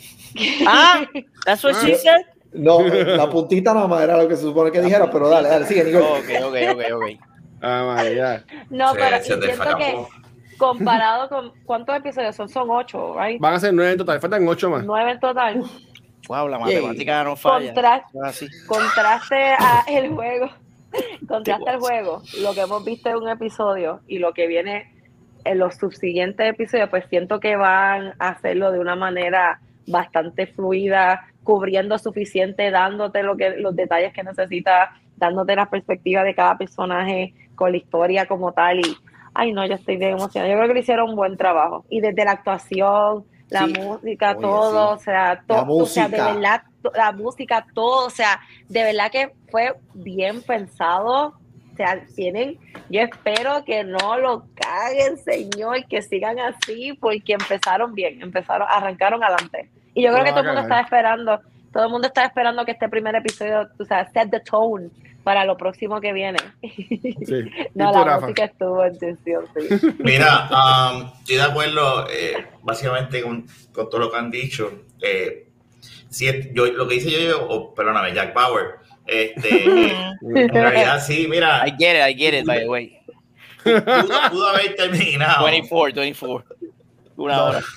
Ah, that's what she said. No, la puntita nada más era lo que se supone que dijera, pero dale, dale, sigue, Nicole. Ok, ok, ok, ok. Ah, my God. No, pero sí, siento que comparado con ¿cuántos episodios son? Son ocho, right? Van a ser nueve en total, faltan ocho más. Nueve en total. Uf. Wow, la matemática no falla. Contraste, contraste a el juego, contraste al juego, lo que hemos visto en un episodio y lo que viene en los subsiguientes episodios, pues siento que van a hacerlo de una manera bastante fluida, cubriendo suficiente, dándote lo que, los detalles que necesitas, dándote la perspectiva de cada personaje con la historia como tal y ay no, yo estoy bien emocionada. Yo creo que le hicieron un buen trabajo. Y desde la actuación, la sí. música, Oye, todo, sí. o sea, todo, o sea, de verdad, la música, todo, o sea, de verdad que fue bien pensado. O sea, tienen, yo espero que no lo caguen, señor, que sigan así, porque empezaron bien, empezaron, arrancaron adelante. Y yo creo no, que todo el mundo está esperando, todo el mundo está esperando que este primer episodio, o sea, set the tone para lo próximo que viene. Sí. No, la Rafa? música estuvo en tensión, sí. Mira, um, estoy de acuerdo eh, básicamente con, con todo lo que han dicho. Eh, si es, yo, lo que dice yo, yo oh, perdóname, Jack Bauer, este, en realidad sí, mira. I get it, I get it, by the way. Pudo, pudo haber terminado. veinticuatro, veinticuatro. Una no. hora.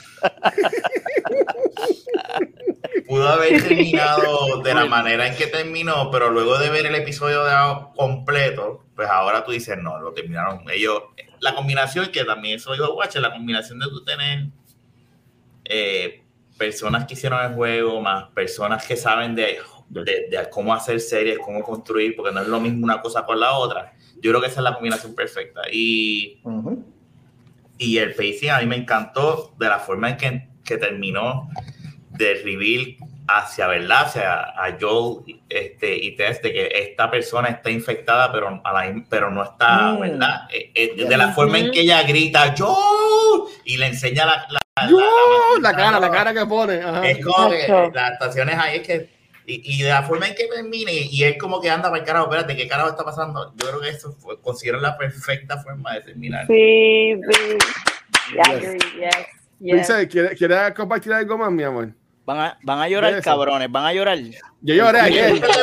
Pudo haber terminado de la manera en que terminó, pero luego de ver el episodio de completo, pues ahora tú dices, no, lo terminaron ellos. La combinación, que también eso digo, Watcher, la combinación de tú tener eh, personas que hicieron el juego, más personas que saben de, de, de cómo hacer series, cómo construir, porque no es lo mismo una cosa con la otra. Yo creo que esa es la combinación perfecta. Y, uh-huh. y el pacing a mí me encantó de la forma en que, que terminó, de reveal hacia, ¿verdad? Hacia a Joel este, y Tess, de que esta persona está infectada, pero, a la, pero no está, mm. ¿verdad? Eh, eh, de la forma en que ella grita, ¡Joel! Y le enseña la, la, la, la, la cara, la cara que pone. Ajá. Es como que eh, las actuaciones ahí es que, y, y de la forma en que termine, y él como que anda para el carajo, espérate, ¿qué carajo está pasando? Yo creo que eso fue, considero la perfecta forma de terminar. Sí, sí. Yes, yes, yes. Dice, ¿quieres quiere compartir algo más, mi amor? Van a, van a llorar, cabrones, van a llorar. Yo lloré ayer. Yo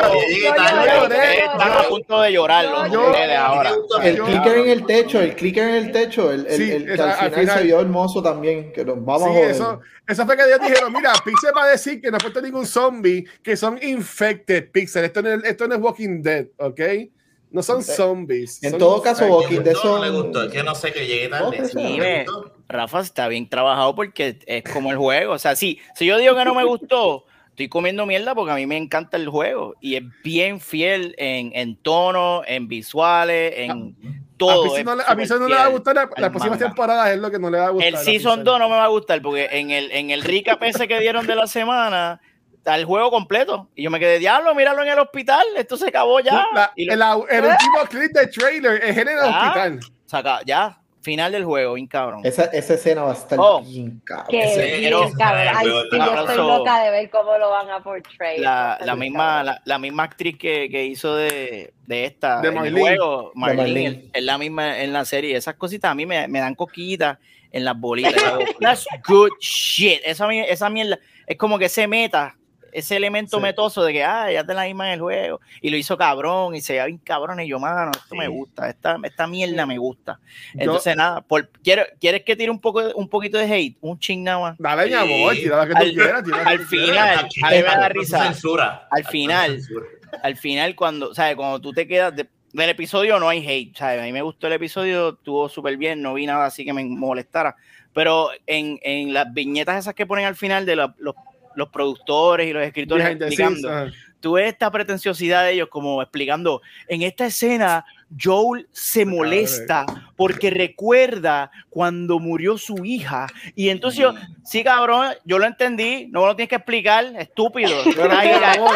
lloré. Están a punto de llorar los ustedes ahora. El clicker en el techo, el clicker en el techo, el, el, sí, el que al final, al final se vio hermoso también. Que nos vamos sí, a joder. Eso, eso fue que ellos dijeron: mira, Pixel va a decir que no ha puesto ningún zombie, que son infected Pixel. Esto no, es, esto no es Walking Dead, ¿ok? No son zombies. En son todo caso, Walking Dead son... No me gustó, es que no sé que llegue tarde. Sí, me, Rafa está bien trabajado porque es como el juego. O sea, sí, si yo digo que no me gustó, estoy comiendo mierda porque a mí me encanta el juego y es bien fiel en, en tono, en visuales, en ah, todo. A mí, no, a mí no le va a gustar la, la próxima temporada, es lo que no le va a gustar. El Season dos no me va a gustar porque en el, en el recap ese que dieron de la semana... el juego completo y yo me quedé, diablo, míralo en el hospital, esto se acabó ya. La, y lo, el, el ¿eh? último clip de trailer es en el ya, hospital. Saca, ya, final del juego, bien cabrón. Esa, esa escena va a estar oh, bien cabrón. Qué bien, cabrón. Ay, sí, yo estoy loca de ver cómo lo van a portray. La, la, misma, la, la misma actriz que, que hizo de, de esta, de el juego, Marlene, es la misma en la serie. Esas cositas a mí me, me dan coquitas en las bolitas. That's good shit. Esa, esa mierda es como que se meta ese elemento sí. metoso de que, ah, ya te la misma en el juego, y lo hizo cabrón, y se veía bien cabrón, y yo, mano, esto sí. me gusta, esta, esta mierda me gusta. Entonces, yo, nada, por, ¿quiero, ¿quieres que tire un poco un poquito de hate? Un ching nada más. Dale, mi amor, tira lo que tú quieras. Al final, a mí me da risa. Al final, al final, cuando, ¿sabes? Cuando tú te quedas, de, del episodio no hay hate, ¿sabes? A mí me gustó el episodio, estuvo súper bien, no vi nada así que me molestara, pero en, en las viñetas esas que ponen al final de la, los los productores y los escritores explicando, uh-huh. tú ves esta pretenciosidad de ellos como explicando, en esta escena Joel se molesta porque recuerda cuando murió su hija y entonces yo, sí cabrón, yo lo entendí, no me lo tienes que explicar, estúpido. Esto no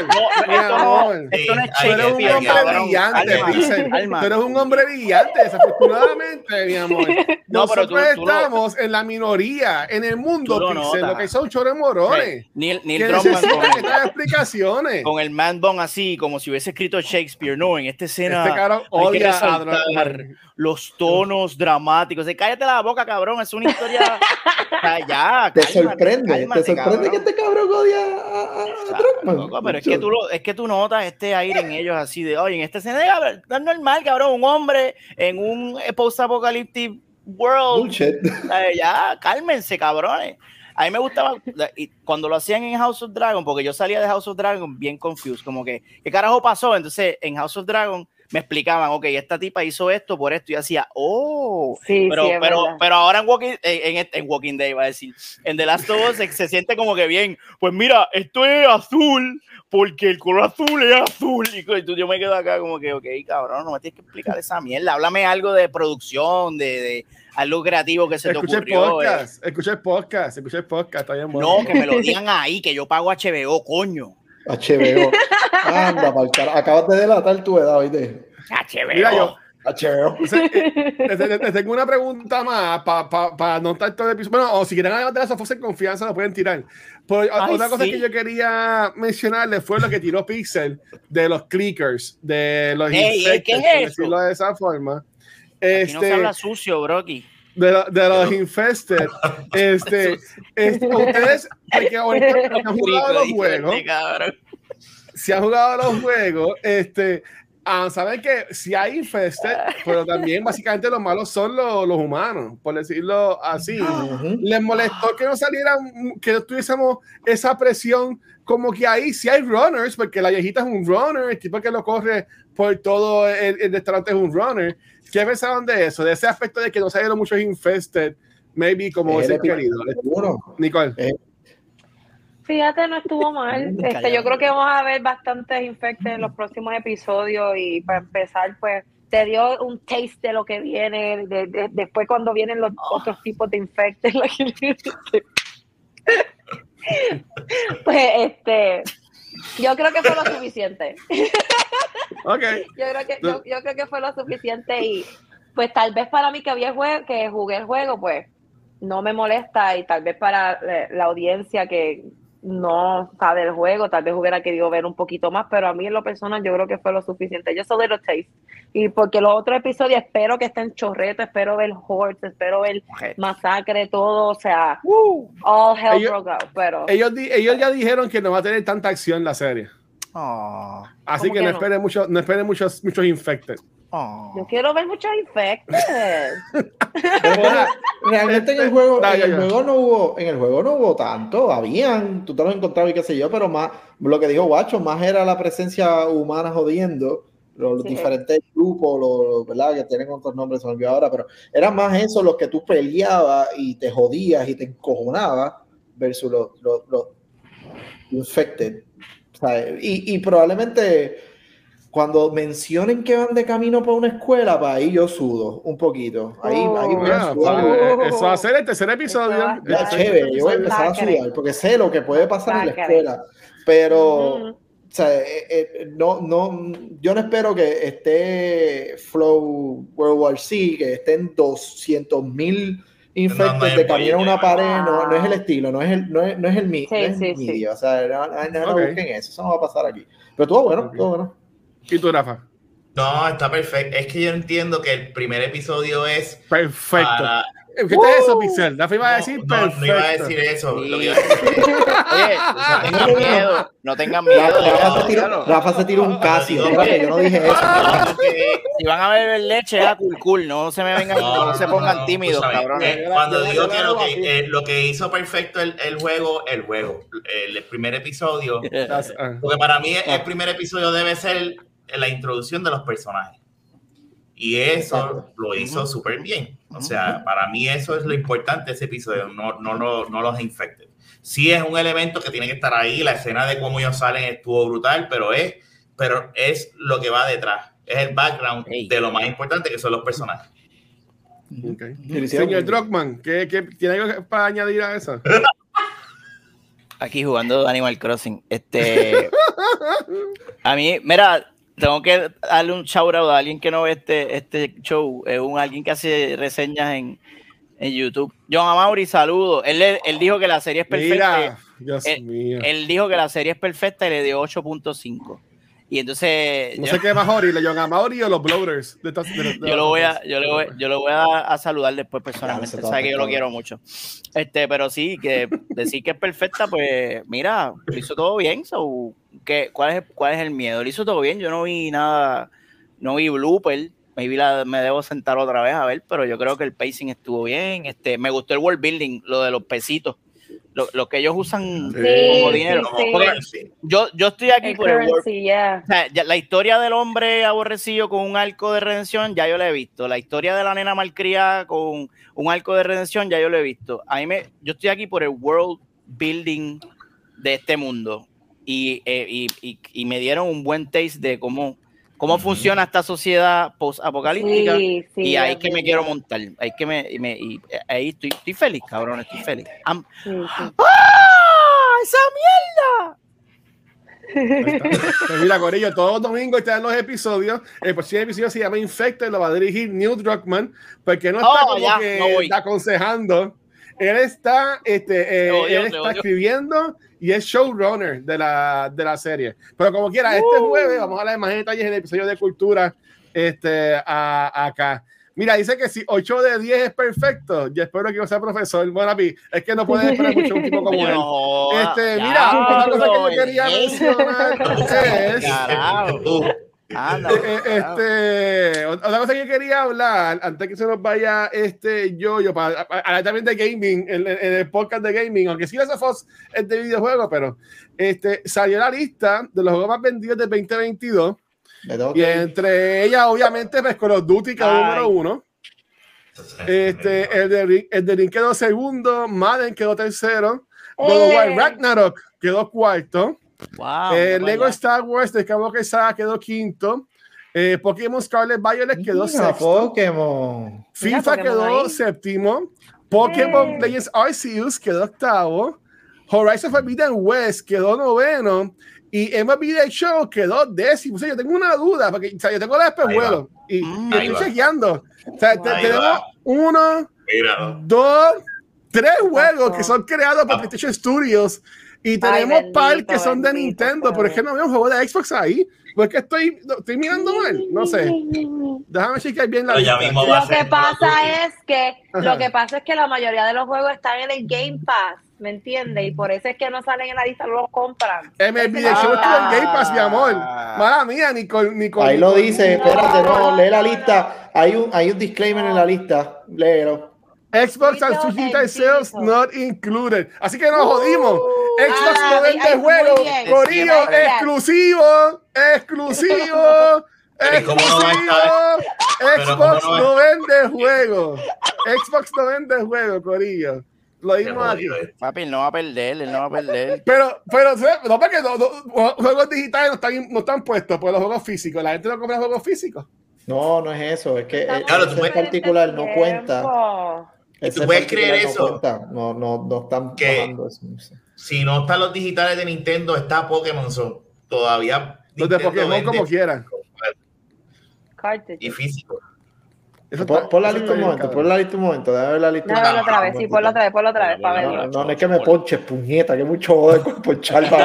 es Shakespeare. Tú eres un hombre brillante, tú eres un hombre brillante, desafortunadamente, mi amor. No, pero tú, Nosotros tú estamos no, en la minoría, en el mundo, lo, Pixel, lo que son chores morones. Neil, Neil que Druckmann necesitan estas explicaciones. Con el man bun así, como si hubiese escrito Shakespeare, no, en esta escena este caro odia a los tonos dramáticos. De, cállate la boca, cabrón, es una historia. Ya, te cálmate, sorprende, cálmate, te sorprende cabrón. Que este cabrón odia a, a, a Druckmann. No, pero es que, tú lo, es que tú notas este aire en ellos así de, oye, en este escena es normal, cabrón, un hombre en un post-apocalyptic world. Bullshit. Ya, cálmense, cabrones. A mí me gustaba cuando lo hacían en House of Dragon, porque yo salía de House of Dragon bien confused, como que, ¿qué carajo pasó? Entonces, en House of Dragon me explicaban, ok, esta tipa hizo esto por esto, y hacía, oh, sí, pero, sí, pero, pero ahora en Walking, en, en, en Walking Day, va a decir, en The Last of Us se, se siente como que bien, pues mira, esto es azul, porque el color azul es azul, y tú, yo me quedo acá como que, ok, cabrón, no me tienes que explicar esa mierda, háblame algo de producción, de, de algo creativo que se te escuché ocurrió. Podcast, eh. Escuché el podcast, escuché el podcast, está bien bueno. No, que me lo digan ahí, que yo pago H B O, coño. H B O. Anda, pa'l cara. Acabas de delatar tu edad, ¿oíste? H B O. Mira, yo, H B O. Les tengo una pregunta más para pa, pa no estar todo el episodio. Bueno, o si quieren hablar de las ofensas en confianza, lo pueden tirar. Pero Ay, otra cosa sí. que yo quería mencionarles fue lo que tiró Pixel de los clickers, de los hey, infected, ¿qué es por eso? decirlo de esa forma. Aquí este, no se habla sucio, Brocky. De, lo, de los infested, este, este, ustedes, porque ahorita han jugado los juegos, si han jugado los juegos, este, ah, saben que si hay infested, pero también básicamente los malos son los, los humanos, por decirlo así. Uh-huh. Les molestó que no salieran, que no tuviésemos esa presión, como que ahí sí hay runners, porque la viejita es un runner, el tipo que lo corre por todo el, el restaurante es un runner. ¿Qué pensaban de eso? De ese aspecto de que no salieron muchos infested, maybe como ese querido. Nicole. Eh. Fíjate, no estuvo mal. Este, yo creo que vamos a ver bastantes infected en los próximos episodios y para empezar, pues, te dio un taste de lo que viene, de, de, después cuando vienen los oh. otros tipos de infected. Pues este, yo creo que fue lo suficiente. Okay. Yo creo que yo, yo creo que fue lo suficiente y pues tal vez para mí que había juego, que jugué el juego, pues no me molesta y tal vez para la audiencia que no sabe el juego, tal vez hubiera querido ver un poquito más, pero a mí en lo personal yo creo que fue lo suficiente. Yo soy de los taste. Y porque los otros episodios espero que estén chorretos, espero ver hordes, espero ver okay. masacre, todo, o sea, uh, all hell ellos, broke out. Pero ellos, ellos ya dijeron que no va a tener tanta acción la serie. Oh. Así que, que no, no esperen mucho, no esperen muchos, muchos infected. Oh. Yo quiero ver muchos infected. Realmente en el juego, en el juego no hubo, en el juego no hubo tanto, habían, tú te los encontrabas y qué sé yo, pero más, lo que dijo Guacho, más era la presencia humana jodiendo, los sí. diferentes grupos, los, ¿verdad? Que tienen otros nombres, se me olvidó ahora, pero era más eso, los que tú peleabas y te jodías y te encojonabas versus los, los, los infected. O sea, y, y probablemente cuando mencionen que van de camino para una escuela, para ahí yo sudo un poquito. Ahí, oh, ahí voy a sudar. Oh, eso va a ser el tercer episodio. Ya, chévere, yo voy a empezar a sudar porque sé lo que puede pasar en la escuela. Pero, uh-huh. o sea, eh, eh, no, no, yo no espero que esté Flow World War Z, que estén doscientos mil infectos no, no de camino a una pared. No, no es el estilo, no es el, no es, no es el, mi, sí, no es sí, el sí. medio. O sea, no, no, no, no okay. busquen eso, eso no va a pasar aquí. Pero todo bueno, okay. todo bueno. ¿Y tú, Rafa? No, está perfecto. Es que yo entiendo que el primer episodio es perfecto. Para... ¿Qué uh, es eso, Pixel? Rafa iba a decir no, perfecto. No, no iba a decir eso. Sí. Lo que iba a decir. Oye, no tengan miedo. No tengan miedo. Rafa, se tiró, Rafa se tiró un Casio. No, que yo no dije eso. Si van a beber leche, a cool, cool. No se me vengan, no, no se pongan no, tímidos, no, cabrón. Eh, cuando digo que lo que, eh, lo que hizo perfecto el, el juego, el juego, el, el primer episodio, porque para mí el primer episodio debe ser la introducción de los personajes. Y eso Exacto. lo hizo uh-huh. súper bien. O sea, uh-huh. para mí eso es lo importante de ese episodio, no, no, no, no los infected. Sí es un elemento que tiene que estar ahí, la escena de cómo ellos salen estuvo brutal, pero es, pero es lo que va detrás, es el background hey. de lo más importante que son los personajes. Okay. Uh-huh. Señor Druckmann, ¿qué, qué, ¿tiene algo para añadir a eso? Aquí jugando Animal Crossing. Este, a mí, mira, tengo que darle un shout out a alguien que no ve este, este show, es un alguien que hace reseñas en, en YouTube. John Amaury, saludos. Él, él dijo que la serie es perfecta. Mira, Dios él, mío. Él dijo que la serie es perfecta y le dio ocho punto cinco. Y entonces no yo, sé qué mejor, y John Amaury o los Bloaters. De estas, de, de yo, lo voy a, yo, le voy, yo lo voy a, a saludar después personalmente. Ya, sabe que yo lo quiero mucho. Este, pero sí, que decir que es perfecta, pues mira, lo hizo todo bien. So, ¿qué, cuál, es, ¿Cuál es el miedo? Lo hizo todo bien. Yo no vi nada, no vi blooper. Me, vi la, me debo sentar otra vez a ver, pero yo creo que el pacing estuvo bien. Este, me gustó el world building, lo de los pesitos. Lo, lo que ellos usan sí, como dinero. Sí, sí. Yo, yo estoy aquí el por currency, el world. Yeah. O sea, ya, la historia del hombre aborrecido con un arco de redención, ya yo la he visto. La historia de la nena malcriada con un arco de redención, ya yo lo he visto. A mí me, yo estoy aquí por el world building de este mundo. Y, eh, y, y, y me dieron un buen taste de cómo, cómo funciona esta sociedad post-apocalíptica. Sí, sí, y ahí es que me quiero montar. Ahí que me, me y ahí estoy, estoy feliz, cabrón, estoy feliz. I'm, sí, sí. ¡Ah! ¡Esa mierda! Pues mira, Corillo, todos los domingos están los episodios. El próximo episodio se llama Infected, lo va a dirigir Neil Druckmann, porque no está oh, como ya, que no está aconsejando. Él está, este, eh, odio, él está odio. escribiendo y es showrunner de la, de la serie. Pero como quiera, uh. este jueves vamos a hablar de más detalles en el episodio de Cultura este, a, acá. Mira, dice que si ocho de diez es perfecto, yo espero que no sea profesor. Bueno, es que no puedes esperar mucho un tipo como no, él. Este, ya, mira, una cosa que yo quería mencionar es... Ah, no, este, otra cosa que quería hablar antes que se nos vaya este yo-yo para hablar también de gaming en, en el podcast de gaming, aunque sí esa Fox es de videojuegos, pero este salió la lista de los juegos más vendidos del veinte veintidós y entre ellas obviamente pues Call of Duty quedó número uno, este el de, el de Ring quedó segundo, Madden quedó tercero, God of War Ragnarok quedó cuarto. Wow, eh, Lego Star Wars de Skywalker Saga quedó quinto, eh, Pokémon Scarlet Violet quedó Mira, sexto, Pokémon. FIFA Mira, quedó ahí. séptimo, Pokémon hey. Legends Arceus quedó octavo, Horizon Forbidden West quedó noveno y M L B The Show quedó décimo. O sea, yo tengo una duda, porque o sea, yo tengo la espejuelo y, y estoy chequeando. O sea, te, tenemos va. uno, Mira. dos, tres juegos que son creados por PlayStation Studios y tenemos Ay, bendito, par que son de Nintendo, pero es que no veo un juego de Xbox ahí. Porque estoy, estoy mirando mal, no sé. Déjame chequear bien la lista. Lo que pasa es que Ajá. lo que pasa es que la mayoría de los juegos están en el Game Pass, ¿me entiendes? Y por eso es que no salen en la lista, no los compran. M L B The Show estuvo en Game Pass, mi amor. Mala mía, Nicole. Nicole Ahí Nicole, lo dice, Nicole. espérate, no, lee la lista. Hay un, hay un disclaimer en la lista, léelo. Xbox and Switch Digital Sales not included. Así que nos jodimos. Uh, Xbox ah, no vende juegos. Corillo, exclusivo, exclusivo, exclusivo. Xbox no vende juegos. Xbox no vende juegos, Corillo. Lo dimos aquí. Papi, él no va a perder, él no va a perder. Pero, pero, no, porque no, no, juegos digitales no están, no están puestos por los juegos físicos. La gente no compra juegos físicos. No, no es eso. Es que claro, ese en particular no cuenta. ¿Y tú puedes creer eso? No, no, no están bajando eso. Si no están los digitales de Nintendo, está Pokémon. Son todavía. Los de Pokémon como quieran. Y físico. Eso por, por la lista un momento, por la lista un momento, déjame ver la lista. No, no, otra vez, sí, ponlo otra vez, ponlo otra vez, para verlo. No, no es que me ponches, puñeta, que mucho joder con ponchar. ¿Tú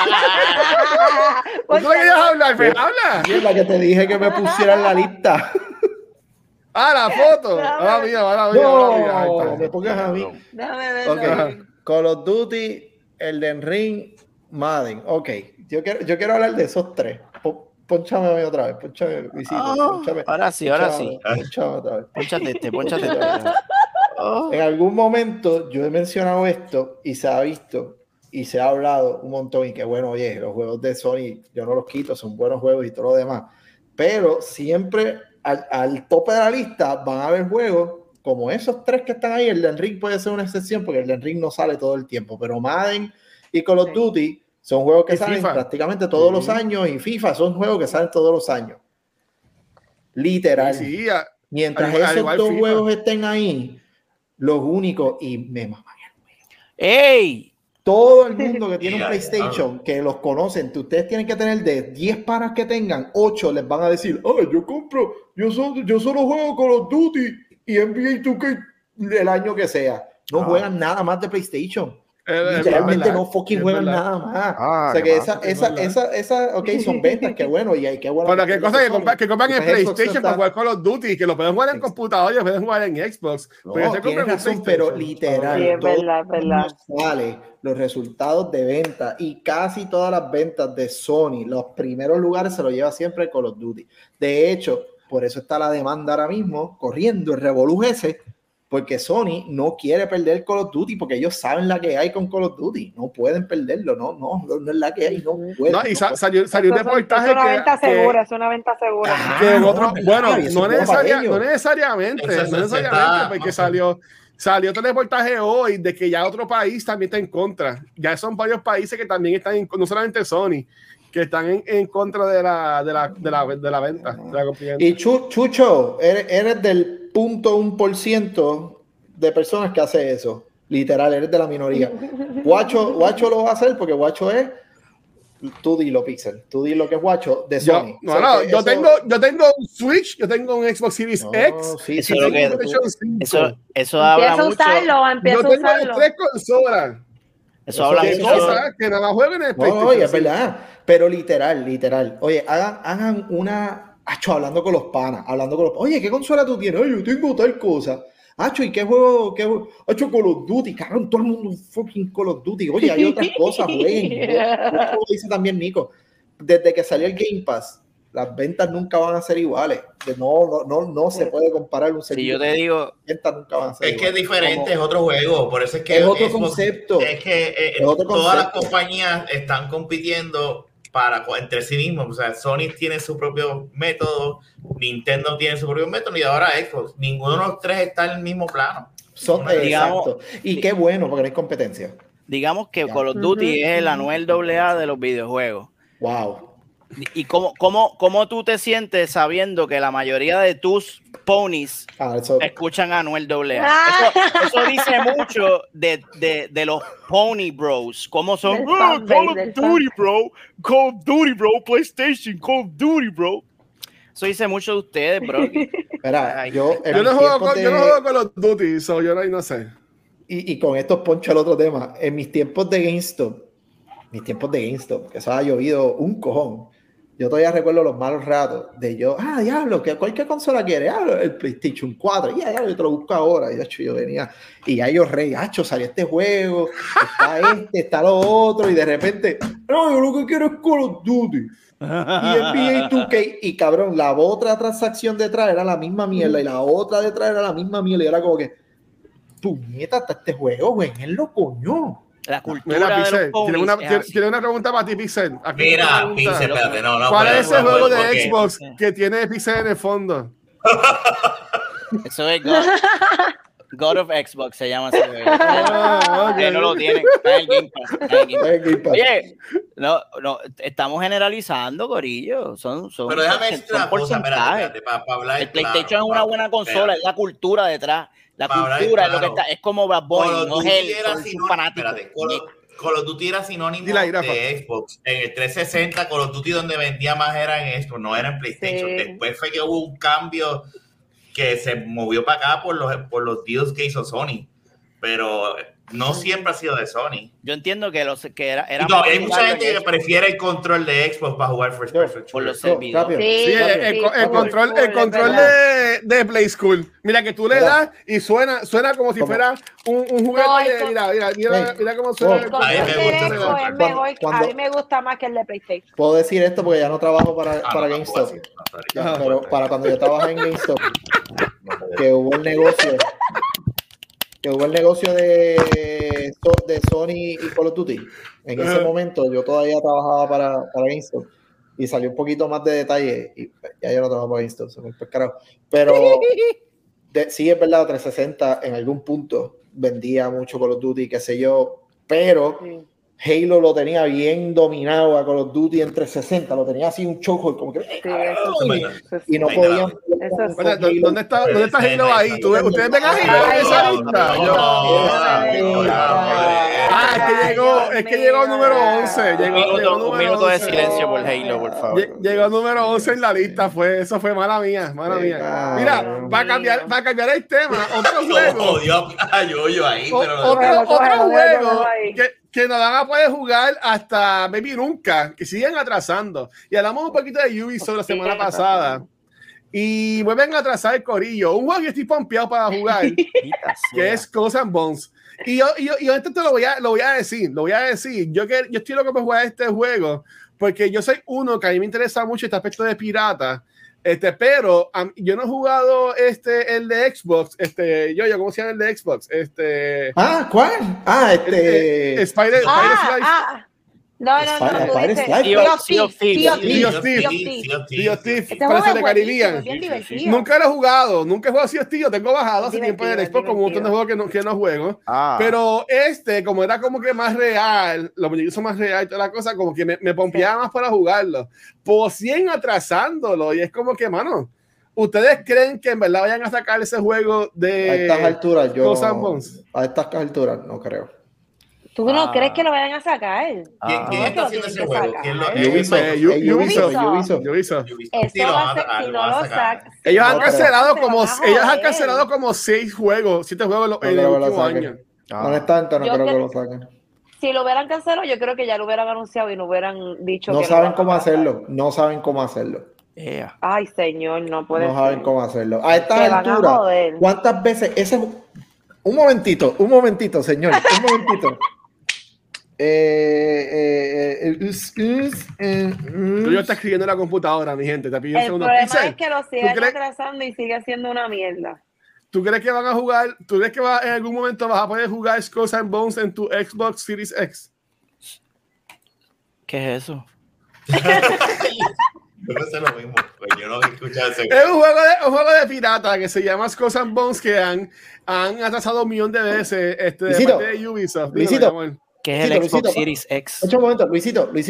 no querías hablar? Habla. Es la que te dije que me pusieran la lista. Ah, la foto. Ah, mía, ah, mía, no, mía, me pongas a mí. Déjame ver. Okay. Call of Duty, Elden Ring, Madden. Ok, yo quiero, yo quiero hablar de esos tres. Ponchame a mí otra vez, ponchame, visita, oh, ponchame. Ahora sí, ahora ponchame, sí. Ponchame otra vez. Ponchate este, ponchate este. Oh. En algún momento yo he mencionado esto y se ha visto y se ha hablado un montón y que bueno, oye, los juegos de Sony yo no los quito, son buenos juegos y todo lo demás, pero siempre al, al tope de la lista van a haber juegos como esos tres que están ahí. El Elden Ring puede ser una excepción porque el Elden Ring no sale todo el tiempo, pero Madden y Call of Duty son juegos que salen FIFA. prácticamente todos sí. los años, y FIFA son juegos que salen todos los años. Literal. Sí, sí, a, Mientras al, esos al dos FIFA. juegos estén ahí, los únicos, y me maman el juego. ¡Ey! Todo el mundo que tiene un PlayStation, que los conocen, ustedes tienen que tener de diez panas que tengan, ocho les van a decir, oh, yo compro, yo solo, yo solo juego Call of Duty y N B A dos K el año que sea. No ah. juegan nada más de PlayStation. Eh, Literalmente no fucking juegan nada más. Ah, o sea que esa, esa, esa, esa, ok, son ventas, que bueno, y hay que bueno. Pero qué cosa que compran, que compran en PlayStation para jugar Call of Duty, que lo pueden jugar en computador y pueden jugar en Xbox. No, tienes razón, pero literal, sí, es verdad, es verdad. Sale los resultados de venta y casi todas las ventas de Sony, los primeros lugares se lo lleva siempre Call of Duty. De hecho, por eso está la demanda ahora mismo corriendo el revolú ese, porque Sony no quiere perder Call of Duty porque ellos saben la que hay con Call of Duty, no pueden perderlo, no, no, no es la que hay, no pueden. No, y sa salió, salió un reportaje es una que, venta que, segura, es una venta segura. Ajá, que no, otro, bueno, no, necesaria, no necesariamente, no necesariamente, porque salió, salió otro reportaje hoy de que ya otro país también está en contra. Ya son varios países que también están, en, no solamente Sony, que están en, en contra de la, de la, de la, de la venta. De la y Chucho, eres, eres del punto un por ciento de personas que hace eso. Literal, eres de la minoría. Guacho, Guacho lo va a hacer porque Guacho es, tú dilo, Pixel, tú di lo que es Guacho de Sony. Yo, no, no, yo, eso... tengo, yo tengo un Switch, yo tengo un Xbox Series no, X. Sí, eso, sí, lo que, eso, eso habla mucho. Usarlo, yo tengo a usarlo. tres consolas. Eso, eso habla mucho. Cosas que nada jueguen en el PlayStation. No, oye, es verdad. Pero literal, literal. Oye, hagan, hagan una... Acho, hablando con los panas, hablando con los... Oye, ¿qué consola tú tienes? Oye, yo tengo tal cosa. Acho, ¿y qué juego? Qué juego? Acho, Call of Duty. Cabrón, todo el mundo fucking Call of Duty. Oye, hay otras cosas, güey. Como dice también Nico. Desde que salió el Game Pass, las ventas nunca van a ser iguales. No, no, no, no se puede comparar un servicio. Si yo te digo... Las ventas nunca van a ser es iguales. Que es diferente, como, es otro juego. Por eso es que... Es otro es, concepto. Es que eh, es otro todas concepto. Las compañías están compitiendo para entre sí mismos. O sea, Sony tiene su propio método, Nintendo tiene su propio método y ahora Xbox. Ninguno de los tres está en el mismo plano. Son, exacto. Y qué bueno, porque no hay competencia. Digamos que ya. Call of Duty uh-huh. es el Anuel doble A de los videojuegos. Wow. ¿Y cómo, cómo, cómo tú te sientes sabiendo que la mayoría de tus ponies ah, eso... escuchan a Anuel doble A? Eso, eso dice mucho de, de, de los Pony Bros. ¿Cómo son? Oh, Call of Duty, bro. Call of Duty, bro. PlayStation, Call of Duty, bro. Eso dice mucho de ustedes, bro. Mira, yo, yo, no juego con, de... yo no juego con los Duty, so yo no, no sé. Y, y con estos poncho el otro tema. En mis tiempos de GameStop, mis tiempos de GameStop, que eso ha llovido un cojón. Yo todavía recuerdo los malos ratos de yo, ah, diablo, ¿qué, ¿cuál consola quiere? Ah, el PlayStation cuatro, ya, ya, yo te lo busco ahora. Y de hecho, yo venía, y ya yo rey, hacho, salió este juego, está este, está lo otro, y de repente, no, yo lo que quiero es Call of Duty. Y N B A dos K, y cabrón, la otra transacción detrás era la misma mierda, y la otra detrás era la misma mierda, y era como que, puñeta, hasta este juego, güey, él lo coñó. La cultura Mira, de Pixel, los tiene, una, es tiene, tiene una pregunta para ti, Pixel. Aquí Mira, Pixel, espérate, no, no. ¿Cuál es ese juego, juego de porque... Xbox que tiene Pixel en el fondo? Eso es God, God of Xbox, se llama ese juego. Oh, okay. No lo tienen, está en el Game Pass. Está en el Game Pass. Oye, no, no, estamos generalizando, Corillo. Son, son, Pero déjame son, decir una cosa, espérate, espérate, para, para hablar. El PlayStation claro, es una buena consola, espérate. Es la cultura detrás. La para cultura es claro. Lo que está, es como Bad Bunny, no es él, son sus fanáticos. Call of Duty era sinónimo de Xbox. En el trescientos sesenta, Call of Duty donde vendía más era en esto, no era en PlayStation. Sí. Después fue que hubo un cambio que se movió para acá por los, por los deals que hizo Sony. Pero no siempre ha sido de Sony. Yo entiendo que los que era, era no, hay mucha gente que prefiere el control de Xbox para jugar First Person por los servidores. Sí, sí, el, el, el control, el control de, de Play School. Mira que tú le das y suena, suena como si fuera un, un juguete. No, de, mira, mira, mira, mira cómo suena. El a, mí me gusta, es mejor, cuando, a mí me gusta más que el de PlayStation. Puedo decir esto porque ya no trabajo para, ah, para no, GameStop. No, no, pero para cuando yo trabajé en GameStop, que hubo el negocio. que hubo el negocio de, de Sony y Call of Duty. En ese momento yo todavía trabajaba para, para GameStop y salió un poquito más de detalle y ya yo no trabajo para GameStop, se me fue el carajo. Pero de, sí es verdad, trescientos sesenta en algún punto vendía mucho Call of Duty, qué sé yo, pero sí. Halo lo tenía bien dominado a Call of Duty en trescientos sesenta, lo tenía así un choco como que sí, y, y no podían. Bueno, ¿dónde está, ¿dónde está Halo ahí? ¿Tú, ¿Ustedes ven a Halo en esa lista? Ah, es que llegó, es que llegó número once. Llegó, un minuto, llegó un minuto de silencio por Halo, por favor. Llegó número once en la lista, fue, eso fue mala mía, mala mía. Mira, para cambiar, para cambiar el tema, otro juego. Yo, yo ahí, pero otro, otro juego que que no van a poder jugar hasta maybe nunca, que siguen atrasando. Y hablamos un poquito de Ubisoft la semana pasada. Y vuelven a atrasar el corillo. Un juego que estoy pompeado para jugar, que es Skull and Bones. Y yo, y yo, y yo esto te lo voy, a, lo voy a decir, lo voy a decir. Yo, que, yo estoy loco por jugar este juego, porque yo soy uno que a mí me interesa mucho este aspecto de pirata. Este, pero um, yo no he jugado este, el de Xbox, este, yo, yo, ¿cómo se llama el de Xbox? Este, ah, ¿cuál? Ah, este, este Spider, ah, Spider Slice. Ah. No, no, no, no, Spider Slice. Sea of Thieves. Sea of Thieves. Parece de Caribbean. Nunca lo he jugado, nunca he jugado Sea of Thieves. Yo tengo bajado hace tiempo en el Xbox como un montón de juegos que no, que no juego. Ah. Pero este, como era como que más real, los muñequitos son más real y toda la cosa, como que me, me pompeaba más para jugarlo. Pues siguen atrasándolo y es como que, mano, ¿ustedes creen que en verdad vayan a sacar ese juego de a estas alturas? Yo, a estas alturas no creo. ¿Tú no ah. crees que lo vayan a sacar? ¿Quién, ¿quién está haciendo ese juego? ¿Quién lo Ubisoft? Ubisoft. Eso va a ser, si no lo sacan. Ellos han cancelado como ellos han cancelado como seis juegos, siete juegos en el último año. No es tanto, no creo que lo saquen. Si lo hubieran cancelado, yo creo que ya lo hubieran anunciado y no hubieran dicho no que saben cómo hacerlo, no saben cómo hacerlo. Yeah. Ay, señor, no puede No ser. saben cómo hacerlo. A estas alturas, ¿cuántas veces ese un momentito, un momentito, señor, un momentito. Eh, eh, eh, us, us, eh, Tú yo está escribiendo en la computadora, mi gente. Te pido el segundo. problema Pixel, es que lo siguen atrasando y sigue siendo una mierda. ¿Tú crees que van a jugar? ¿Tú crees que va, en algún momento vas a poder jugar Skull and Bones en tu Xbox Series X? ¿Qué es eso? Yo no sé lo mismo, pues yo no he escuchado ese. Es un juego de, un juego de pirata que se llama Skull and Bones que han, han atrasado un millón de veces este, de Luisito, parte de Ubisoft. Luisito, ¿qué es el Xbox Luisito, Series X? Un momento, Luisito, Luisito.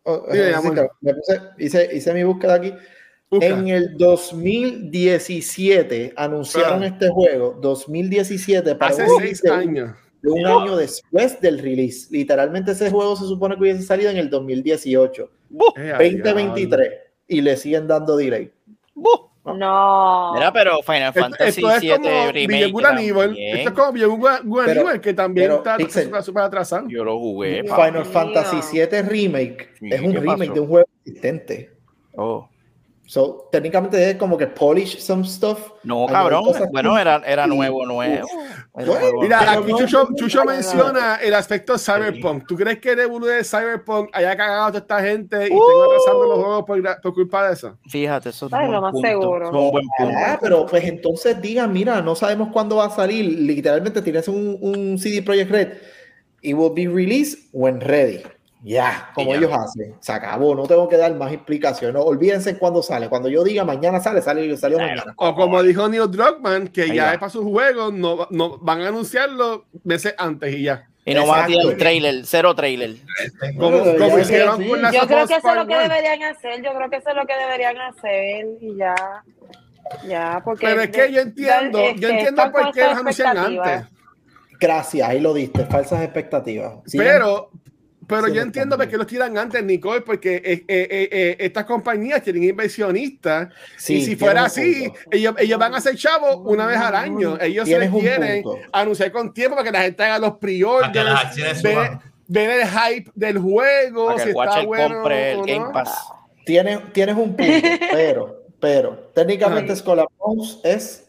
oh, sí, sí, claro. Me puse, hice, hice mi búsqueda aquí. Busca. En el dos mil diecisiete anunciaron ah. este juego, dos mil diecisiete, para hace un seis años. De un oh. año después del release. Literalmente ese juego se supone que hubiese salido en el dos mil dieciocho. Oh. veinte veintitrés. Y le siguen dando delay. Oh. No. Mira, pero Final Fantasy esto es siete Remake. Esto es como Biogun que también pero, está súper atrasado. Yo lo jugué. Final Dios. Fantasy siete Remake sí, es un remake pasó? de un juego existente. Oh. So, técnicamente es como que polish some stuff. No, cabrón. Bueno, era, era nuevo, nuevo. Era nuevo. Mira, aquí Chucho, Chucho menciona el aspecto Cyberpunk. ¿Tú crees que el evolución de Cyberpunk haya cagado a toda esta gente y uh, estén atrasando los juegos por, por culpa de eso? Fíjate, eso es Ay, un, buen punto. Seguro. Es un buen punto. Ah, pero pues entonces digan, mira, no sabemos cuándo va a salir. Literalmente tienes un, un C D Projekt Red. It will be released when ready. Ya, yeah, como ellos hacen, se acabó, no tengo que dar más explicaciones, no, olvídense cuándo sale, cuando yo diga mañana sale, sale y salió claro. mañana. O como dijo Neil Druckmann, que Ahí ya va. es para sus juegos, no, no van a anunciarlo meses antes y ya. Y no va a tirar el trailer, cero trailer. Como, como como hicieron sí. con la Yo creo que eso es lo que deberían hacer, yo creo que eso es lo que deberían hacer y ya, ya, porque... Pero es que yo entiendo, es yo entiendo por qué los anuncian antes. Gracias, ahí lo diste, falsas expectativas. ¿Sí? Pero... Pero sí, yo entiendo por qué los tiran antes, Nicole, porque eh, eh, eh, estas compañías tienen inversionistas sí, y si fuera así, ellos, ellos van a hacer chavos una vez al año. Ellos se quieren anunciar con tiempo para que la gente haga los pre-orders, ver, ver el hype del juego, para que si el está bueno compre el ¿no? Game Pass. Tienes, tienes un punto, pero, pero técnicamente Skull and Bones es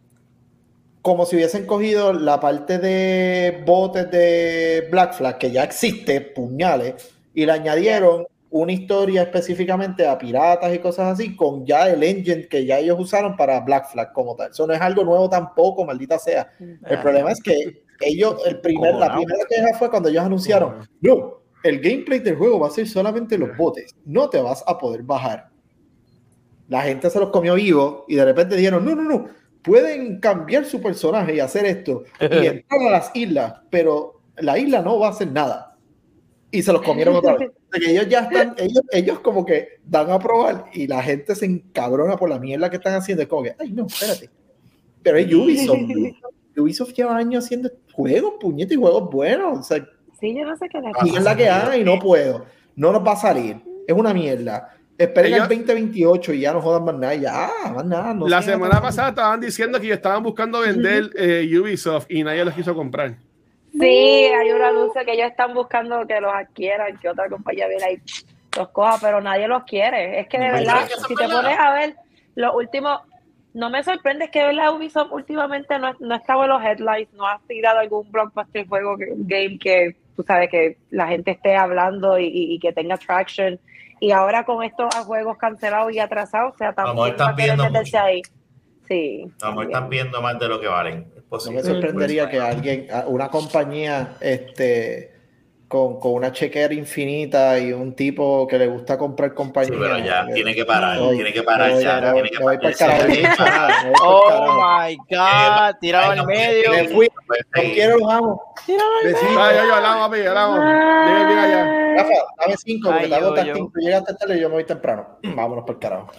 como si hubiesen cogido la parte de botes de Black Flag, que ya existe, puñales, y le añadieron una historia específicamente a piratas y cosas así, con ya el engine que ya ellos usaron para Black Flag como tal. Eso no es algo nuevo tampoco, maldita sea. El problema es que ellos, el primer, la primera queja fue cuando ellos anunciaron, no, el gameplay del juego va a ser solamente los botes, no te vas a poder bajar. La gente se los comió vivo y de repente dijeron, no, no, no, pueden cambiar su personaje y hacer esto y entrar a las islas, pero la isla no va a hacer nada. Y se los comieron otra vez. Porque ellos ya están, ellos, ellos como que dan a probar y la gente se encabrona por la mierda que están haciendo. Es como que, ay, no, espérate. Pero es Ubisoft. Ubisoft lleva años haciendo juegos, puñetes y juegos buenos. O sea, sí, yo no sé qué le pasa. Y es la que hay y no puedo. No nos va a salir. Es una mierda. Esperen el veinte veintiocho y ya no jodan más nada. Ya, más nada. No la semana nada. pasada estaban diciendo que estaban buscando vender eh, Ubisoft y nadie los quiso comprar. Sí, hay un anuncio que ellos están buscando que los adquieran, que otra compañía viene ahí los coja, pero nadie los quiere. Es que de verdad, si te pones a ver los últimos, no me sorprende, es que ver la Ubisoft últimamente no, no estaba en los headlines, no ha tirado algún blockbuster juego, game que tú sabes que la gente esté hablando y, y, y que tenga traction. Y ahora con estos juegos cancelados y atrasados, o sea, tampoco están viendo mucho. Ahí. Sí. Vamos, están viendo más de lo que valen. No me sorprendería que alguien, una compañía, este, con, con una chequera infinita y un tipo que le gusta comprar compañías. Sí, pero ya, que, tiene que parar, no, tiene que parar ya. No, tiene que no voy para el carajo. Oh my God, tirado al medio. Me fui, no quiero, los amo. Tirado al medio. Ay, yo, yo, hablamos, papi, hablamos. Llegué bien allá. Rafa, dame cinco, porque te hago cinco. Llegaste tarde y yo me voy temprano. Vámonos por el carajo.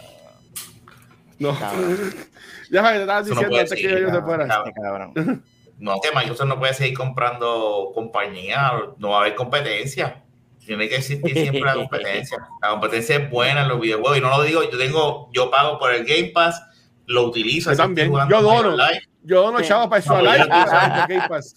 No. Ya me estabas diciendo antes que yo se fuera. No, que Microsoft no puede seguir comprando compañías, no va a haber competencia. Tiene que existir siempre la competencia. La competencia es buena en los videojuegos. Y no lo digo, yo tengo, yo pago por el Game Pass, lo utilizo. Yo también. Yo dono. Yo dono, sí. Chavo, para eso live. Game Pass.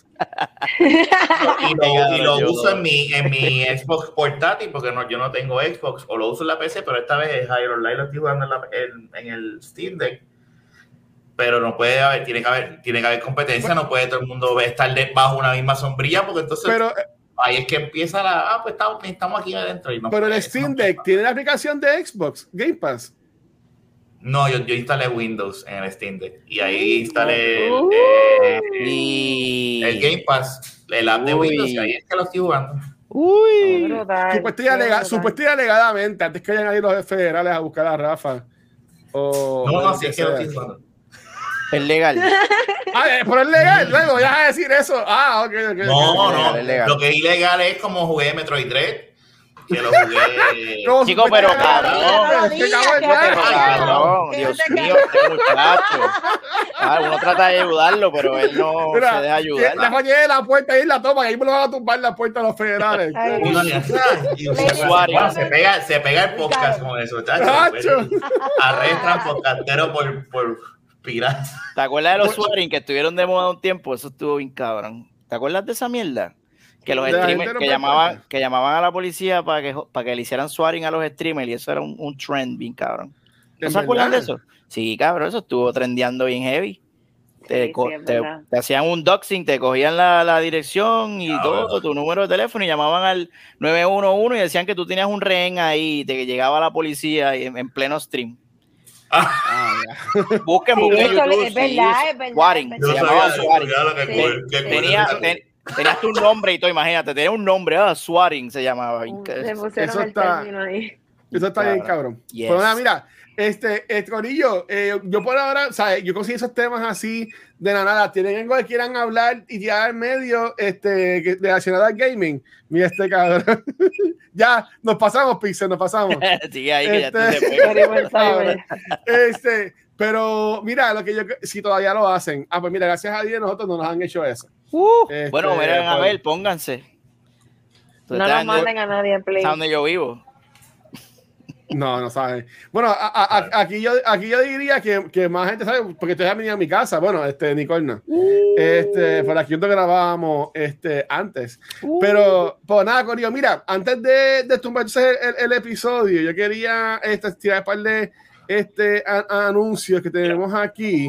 Y lo, y lo uso en mi, en mi Xbox portátil, porque no, yo no tengo Xbox, o lo uso en la P C, pero esta vez es Higher Online, lo estoy jugando en, la, en, en el Steam Deck. Pero no puede haber, tiene que haber, tiene que haber competencia, bueno, no puede todo el mundo estar bajo una misma sombrilla, porque entonces pero, ahí es que empieza la, ah, pues estamos, estamos aquí adentro. Y no pero puede, el Steam Deck no tiene la aplicación de Xbox, Game Pass. No, yo, yo instalé Windows en el Steam Deck y ahí instalé uh, eh, y... el Game Pass, el app de Uy. Windows, y ahí es que lo estoy jugando. Uy, supuestamente alegadamente, antes que vayan ahí los federales a buscar a Rafa. O, no, no, sí, es que lo estoy jugando. Es legal. Ah, pero es legal, luego ya a decir eso. Ah, ok, ok. No, okay, no, okay, lo que es ilegal es como jugué Metroid Dread que lo jugué. No, chico, pero cabrón. Cabrón, Dios mío, este muchacho. Ah, uno trata de ayudarlo, pero él no Mira, se deja ayudar. Le fallé la puerta y la toma, y ahí me lo van a tumbar la puerta a los federales. Se pega, se pega el podcast con eso, chacho. Arrestan podcastero por, por pirata. ¿Te acuerdas de los swearing que estuvieron de moda un tiempo? Eso estuvo bien cabrón. ¿Te acuerdas de esa mierda? Que los streamers que llamaban, que llamaban a la policía para que, para que le hicieran swearing a los streamers y eso era un, un trend bien cabrón. ¿No se acuerdan de eso? Sí, cabrón, eso estuvo trendeando bien heavy. Te, sí, sí, te, te hacían un doxing, te cogían la, la dirección y ah, todo, bueno. tu número de teléfono y llamaban al nueve uno uno y decían que tú tenías un rehén ahí, te que llegaba la policía en, en pleno stream. Ah, busquen, busquen sí, YouTube, es verdad, es verdad. Swearing, se llamaba Swearing. Tenía, ten, tenías tu nombre y todo, imagínate, tenía un nombre, ah, Swearing se llamaba. Eso está, ahí. Eso está bien, cabrón. Yes. Pues nada, mira, este, este Corillo, eh, yo por ahora, ¿sabes? Yo conseguí esos temas así de la nada. ¿Tienen algo que quieran hablar y ya al medio este, relacionado al gaming? Mira este cabrón. Ya, nos pasamos, Pixel, nos pasamos. Sí, ahí que este, ya te este, pero mira, lo que yo, si todavía lo hacen. Ah, pues mira, gracias a Dios nosotros no nos han hecho eso. Uh, este, bueno, miren, a ver, pónganse. No nos manden a nadie en play. ¿A donde yo vivo? No, no saben. Bueno, a, a, a, aquí, yo, aquí yo diría que, que más gente sabe, porque ustedes han venido a mi casa. Bueno, este, Nicole no. Uh. Este, por aquí donde grabábamos este, antes. Uh. Pero, pues nada, Corillo, mira, antes de, de tumbarse el, el, el episodio, yo quería este, tirar un par de este, a, a anuncios que tenemos aquí.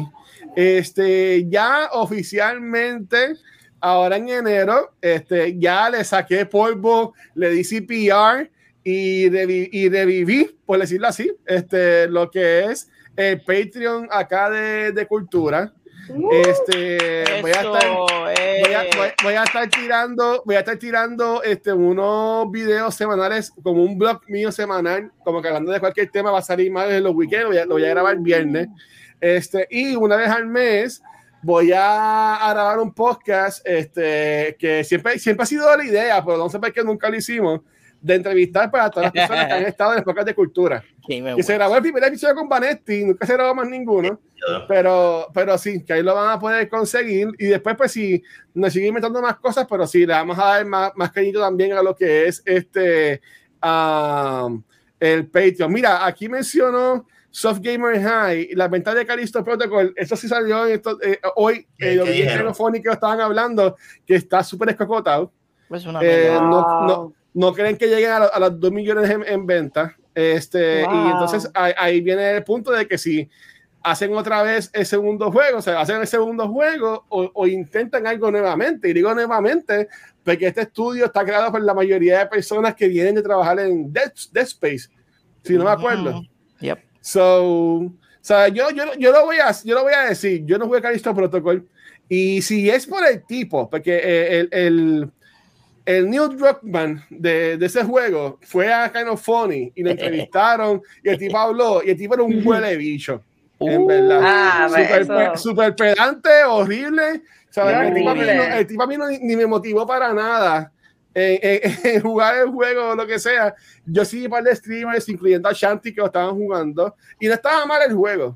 Este, ya oficialmente, ahora en enero, este, ya le saqué polvo, le di C P R. Y, revi y reviví, por decirlo así, este, lo que es el Patreon acá de, de Cultura. Uh, este, voy a estar, eh. voy, a, voy, voy a estar tirando, voy a estar tirando este, unos videos semanales, como un blog mío semanal, como que hablando de cualquier tema, va a salir más en los weekends, lo voy a, lo voy a grabar el viernes. Este, y una vez al mes voy a, a grabar un podcast este, que siempre, siempre ha sido la idea, pero no sé por qué nunca lo hicimos, de entrevistar para todas las personas que han estado en las podcasts de cultura. Y se grabó el primer episodio con Vanetti, nunca se grabó más ninguno, pero, pero sí, que ahí lo van a poder conseguir. Y después, pues sí, nos siguen inventando más cosas, pero sí, le vamos a dar más, más cariño también a lo que es este um, el Patreon. Mira, aquí mencionó Soft Gamer High, la venta de Callisto Protocol. Eso sí salió en esto, eh, hoy, eh, los telefónicos estaban hablando, que está súper escocotado. Pues una eh, no, no No creen que lleguen a, a los dos millones en, en venta. Este, wow. Y entonces ahí, ahí viene el punto de que si hacen otra vez el segundo juego, o sea, hacen el segundo juego o, o intentan algo nuevamente. Y digo nuevamente porque este estudio está creado por la mayoría de personas que vienen de trabajar en Dead, Dead Space. Si no me acuerdo. Yep. So, o sea, yo, yo, yo, lo voy a, yo lo voy a decir. Yo no jugué Callisto Protocol. Y si es por el tipo, porque el... el El Neil Druckmann de, de ese juego fue a Kind of Funny y lo entrevistaron y el tipo habló y el tipo era un huele bicho, uh, en verdad. Ah, super, eso. super pedante, horrible. ¿Sabes? El, tipo no, el tipo a mí no, ni me motivó para nada en, en, en jugar el juego o lo que sea. Yo sí un par de streamers, incluyendo a Shanti, que lo estaban jugando y no estaba mal el juego.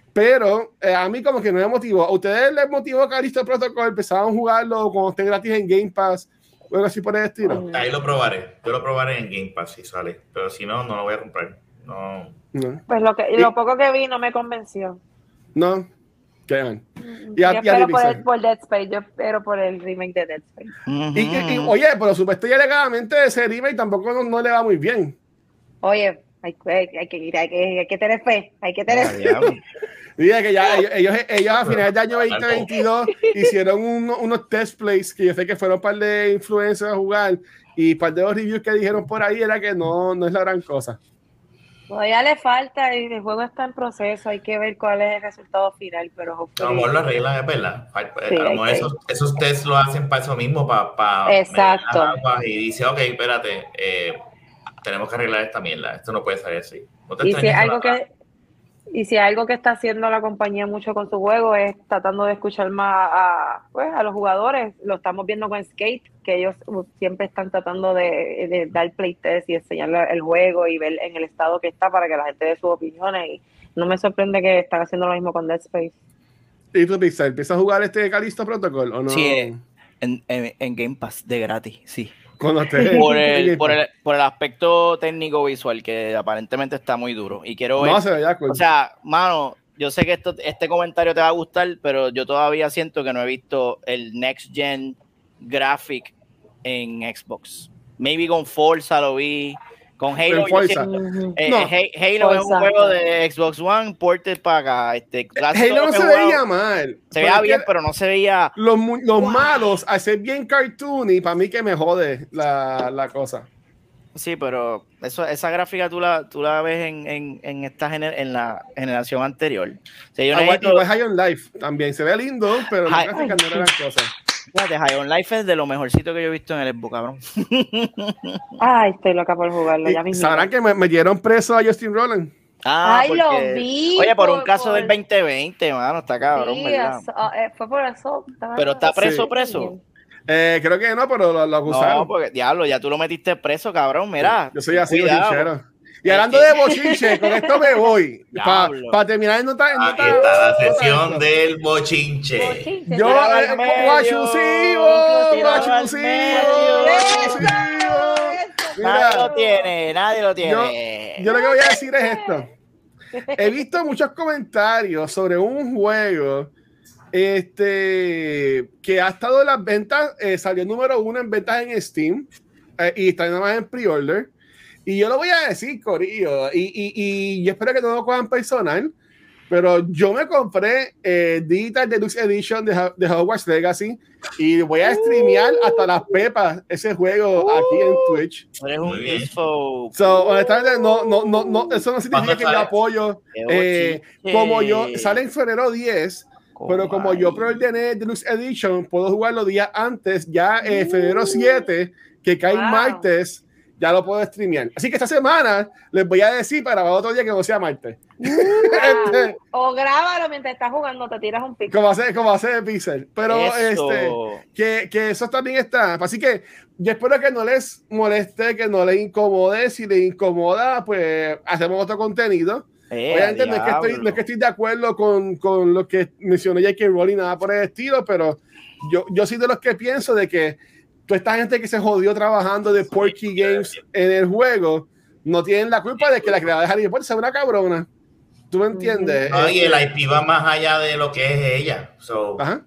Pero eh, a mí como que no me motivó. ¿A ustedes les motivó Callisto Protocol? Empezaron a jugarlo cuando esté gratis en Game Pass. Bueno, así por el estilo. Ahí lo probaré. Yo lo probaré en Game Pass si sale. Pero si no, no lo voy a comprar. No. no. Pues lo, que, lo poco que vi no me convenció. No. ¿Qué van? Y a, yo espero por, el, por Dead Space. Yo espero por el remake de Dead Space. Uh-huh. y, y, y, oye, pero supuestamente y alegadamente ese remake tampoco no, no le va muy bien. Oye, hay, hay, hay, que, hay, que, hay que tener fe. Hay que tener fe. Dice que ya ellos, ellos, ellos a finales de año veinte veintidós hicieron un, unos test plays que yo sé que fueron un par de influencers a jugar y un par de los reviews que dijeron por ahí era que no, no es la gran cosa. Todavía le falta y el juego está en proceso, hay que ver cuál es el resultado final, pero a lo mejor lo arreglan, es verdad. Sí, a lo mejor esos, esos tests lo hacen para eso mismo, para, para exacto. Y dice, ok, espérate, eh, tenemos que arreglar esta mierda, esto no puede salir así. No te y si algo que Y si hay algo que está haciendo la compañía mucho con su juego es tratando de escuchar más a, pues, a los jugadores. Lo estamos viendo con Skate, que ellos siempre están tratando de, de dar playtest y enseñarle el juego y ver en el estado que está para que la gente dé sus opiniones. Y no me sorprende que están haciendo lo mismo con Dead Space. ¿Y tú, Pixar, empiezas a jugar este Callisto Protocol o no? Sí, en, en, en Game Pass, de gratis, sí. Cuando te... por, el, por, el, por el aspecto técnico visual, que aparentemente está muy duro. Y quiero ver... No, se ve ya, o sea, mano, yo sé que esto, este comentario te va a gustar, pero yo todavía siento que no he visto el Next Gen Graphic en Xbox. Maybe con Forza lo vi... Con Halo, siento, eh, no, Halo Forza. Es un juego de Xbox One, ported para acá. Este, Halo no se jugado, veía mal. Se veía bien, pero no se veía... Los, los wow. malos, hacer bien cartoony, para mí que me jode la, la cosa. Sí, pero eso, esa gráfica tú la, tú la ves en, en, en, esta gener, en la generación anterior. O sea, yo ah, necesito... Igual High on Life también, se ve lindo, pero la gráfica no era las cosas. Fíjate, High on Life es de lo mejorcito que yo he visto en el Xbox, cabrón. Ay, estoy loca por jugarlo. Ya mismo. ¿Sabrán que me metieron preso a Justin Roiland? Ah, Ay, porque, lo vi. Oye, por, por un caso por... del veinte veinte, mano, está cabrón, sí, ¿verdad? Eso, uh, fue por eso. Pero está preso, sí. preso. Eh, creo que no, pero lo, lo acusaron. No, porque, diablo, ya tú lo metiste preso, cabrón, mira. Yo soy así, bochinchero. Y hablando de bochinche, con esto me voy. Para pa terminar en nota. Aquí nota, está la sesión del bochinche. bochinche Yo, guachusivo, guachusivo. Nadie lo tiene, nadie lo tiene. Yo, yo lo que voy a decir es esto. He visto muchos comentarios sobre un juego este, que ha estado en las ventas, eh, salió número uno en ventas en Steam eh, y está nada más en pre-order. Y yo lo voy a decir, corillo, y, y, y yo espero que no lo cojan personal, pero yo me compré eh, Digital Deluxe Edition de, de Hogwarts Legacy y voy a streamear hasta las pepas ese juego uh, aquí en Twitch. Eres un info. So, honestamente, no, no, no, no, eso no significa que yo apoyo. Eh, como yo, sale en febrero diez, pero como yo preordené Deluxe Edition, puedo jugarlo días antes, ya eh, febrero siete, que cae wow. martes, ya lo puedo streamear. Así que esta semana les voy a decir para otro día que no sea martes. Uh, este, o grábalo mientras estás jugando, te tiras un pico. Como hace, como hace Pixel. Pero eso. este, que, que eso también está. Así que yo espero que no les moleste, que no les incomode. Si les incomoda, pues hacemos otro contenido. Eh, Obviamente no es, que estoy, no es que estoy de acuerdo con, con lo que mencionó J K Rowling, nada por el estilo, pero yo, yo soy de los que pienso de que toda esta gente que se jodió trabajando de Porky Games en el juego no tienen la culpa de que la creadora de Harry Potter sea una cabrona. ¿Tú me entiendes? No, y el I P va más allá de lo que es ella. So. Ajá.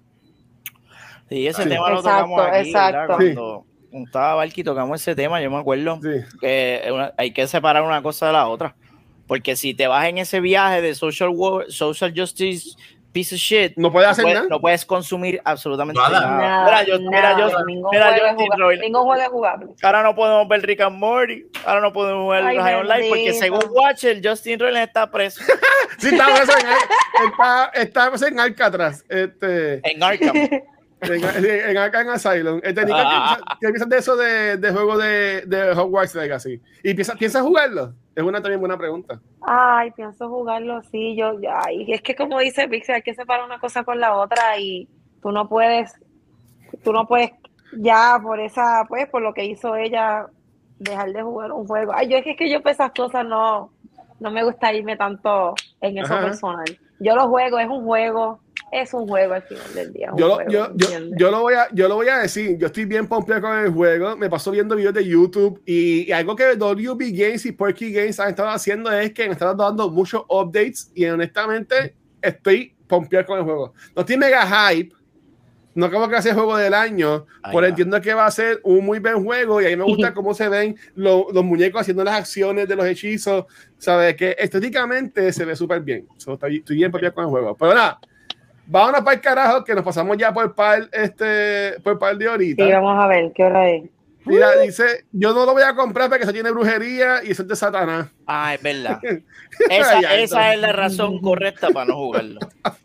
Sí, ese sí. tema lo exacto, tocamos aquí, exacto. Cuando sí. estaba Valky tocamos ese tema, yo me acuerdo sí. que una, hay que separar una cosa de la otra. Porque si te vas en ese viaje de social, war, social justice piece of shit, no puedes hacer no puedes, nada. No puedes consumir absolutamente nada. nada. nada mira, yo, nada, mira, yo, ningún mira, juego yo, jugable, ningún juego es jugable. Ahora no podemos ver Rick and Morty, ahora no podemos jugar High Online porque según Watcher, Justin Roiland está preso. Sí, está preso en, está, está preso en Alcatraz. Este, en Arkham. En, en Arkham Asylum. Este, ah. ¿Qué piensas de eso de, de juego de, de Hogwarts Legacy? ¿Y piensas, piensas jugarlo? Es una también buena pregunta. Ay, pienso jugarlo, sí, yo, ay, es que como dice Pixel, hay que separar una cosa con la otra y tú no puedes, tú no puedes ya por esa, pues, por lo que hizo ella, dejar de jugar un juego. Ay, yo es que, es que yo por esas cosas no, no me gusta irme tanto en eso Ajá. personal. Yo lo juego, es un juego, es un juego al final del día. Yo, juego, yo, yo, yo, lo voy a, yo lo voy a decir, yo estoy bien pompeado con el juego, me paso viendo videos de YouTube y, y algo que W B Games y Porky Games han estado haciendo es que me están dando muchos updates y honestamente estoy pompeado con el juego. No estoy mega hype, no como que va a ser el juego del año, pero entiendo que va a ser un muy buen juego y a mí me gusta cómo se ven lo, los muñecos haciendo las acciones de los hechizos, sabes que estéticamente se ve súper bien. So, estoy, estoy bien pompeado con el juego, pero nada. Vámonos para el carajo, que nos pasamos ya por par, este, por par de ahorita. Sí, vamos a ver, ¿qué hora es? Mira, dice, yo no lo voy a comprar porque eso tiene brujería y eso es de Satanás. Ah, es verdad. Esa, ya, esa es la razón correcta para no jugarlo.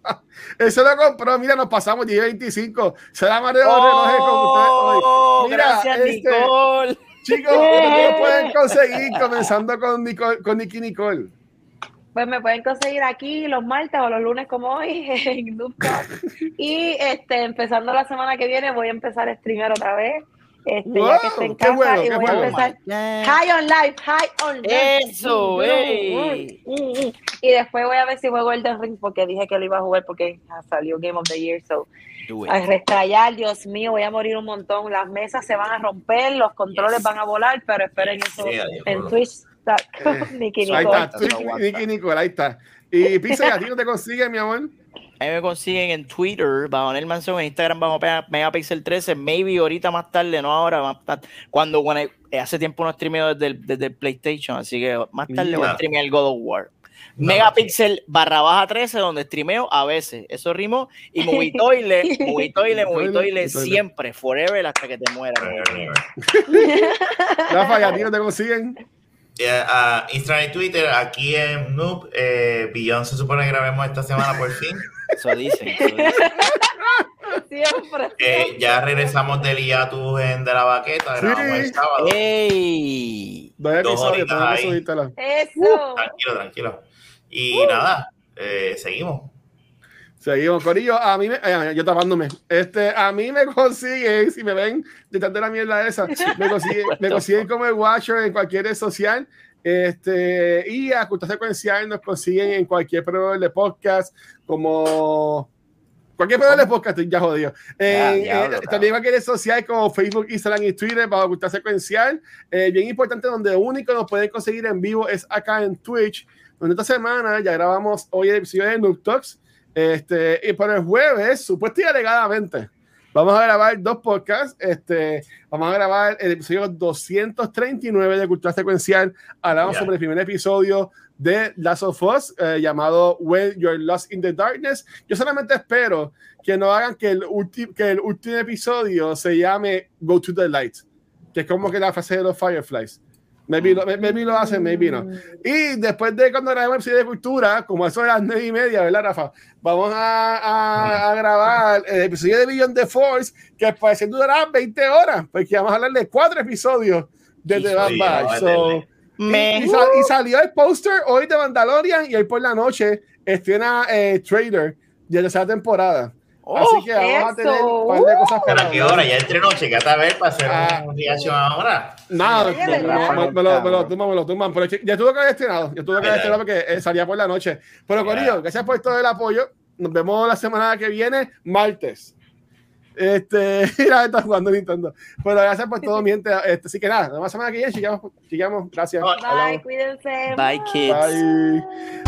Eso lo compró, mira, nos pasamos diez veinticinco. Se la mareo oh, relojes con usted hoy. Mira, gracias, este, Nicole. Chicos, ustedes lo pueden conseguir comenzando con, Nicole, con Nicky Nicole. Pues me pueden conseguir aquí los martes o los lunes como hoy en Noob Talks. Y este, empezando la semana que viene voy a empezar a streamear otra vez. Este, wow, ya que estoy en casa bueno, y voy bueno. a empezar High on Life, High on Life. Eso, wey. Y después voy a ver si juego el The Ring porque dije que lo iba a jugar porque salió Game of the Year. So, a restrayar, Dios mío, voy a morir un montón. Las mesas se van a romper, los controles yes. van a a pero esperen yes. eso yeah, en Twitch. Eh, Nicky Nicole. Ahí está, Nicky Nicole, ahí está. Y Pizza, ¿a ti no te consiguen, mi amor? A mí me consiguen en Twitter, bajo Nel Manson, en Instagram bajo Megapixel trece, maybe ahorita más tarde, no ahora, más tarde, cuando bueno, hace tiempo no streameo desde el, desde el PlayStation, así que más tarde yeah. voy a streamear el God of War. No, Megapixel barra baja trece, donde streameo a veces, eso rimo, y Movie Toilet, Movie Toilet, Movie Toilet, siempre, forever, hasta que te mueras. Rafa, ¿y a ti no te consiguen? Yeah, uh, Instagram y Twitter, aquí en Noob, eh, Beyond se supone que grabemos esta semana por fin. Eso dicen. Eso dicen. Siempre. Eh, ya regresamos del hiatus en De la Baqueta, sí. grabamos el sábado. ¡Ey! Dos horitas ahí. Eso. Uh, tranquilo, tranquilo. Y uh. nada, eh, seguimos. Seguimos, Corillo. A mí, me, eh, yo tapándome. Este, a mí me consiguen, si me ven detrás de la mierda esa, me consiguen, me consiguen como el Watcher en cualquier red social. Este, y a Cultura Secuencial nos consiguen en cualquier proveedor de podcast, como cualquier proveedor de podcast, ya jodido. Ya, En, ya, eh, también cualquier red social como Facebook, Instagram y Twitter para Cultura Secuencial. Eh, bien importante, donde único nos pueden conseguir en vivo es acá en Twitch, donde esta semana ya grabamos hoy el episodio de Noob Talks. Este, y para el jueves, supuesto y alegadamente, vamos a grabar dos podcasts. Este, vamos a grabar el episodio doscientos treinta y nueve de Cultura Secuencial. Hablamos yeah. sobre el primer episodio de Last of Us, eh, llamado When You're Lost in the Darkness. Yo solamente espero que no hagan que el, ulti- que el último episodio se llame Go to the Light, que es como que la fase de los Fireflies. Maybe lo, maybe lo hacen, maybe no. Y después de cuando grabemos el episodio de Cultura, como eso de las nueve y media, ¿verdad, Rafa? Vamos a, a, a grabar el episodio de Beyond the Force, que parece durará veinte horas, porque vamos a hablar de cuatro episodios de The Bad Batch. So, y, y, sal, y salió el póster hoy de Mandalorian y hoy por la noche estrena eh, Trader de la tercera temporada. Oh, así que vamos eso. a tener un par de cosas para ¿Pero qué hora? Ya entre noche, que hasta ver para hacer ah, un reaction ahora. No, me, me, me, me lo, me lo tumban, me lo tumban. Pero ya tuvo que haber estrenado, ya tuvo que haber estrenado porque eh, salía por la noche. Pero Corillo, gracias por todo el apoyo. Nos vemos la semana que viene, martes. Este, mira, está jugando Nintendo. Pero gracias por todo, miente. Este, así que nada, la semana que viene, sigamos, sigamos. Gracias. Bye, cuídense. Bye, kids. Bye.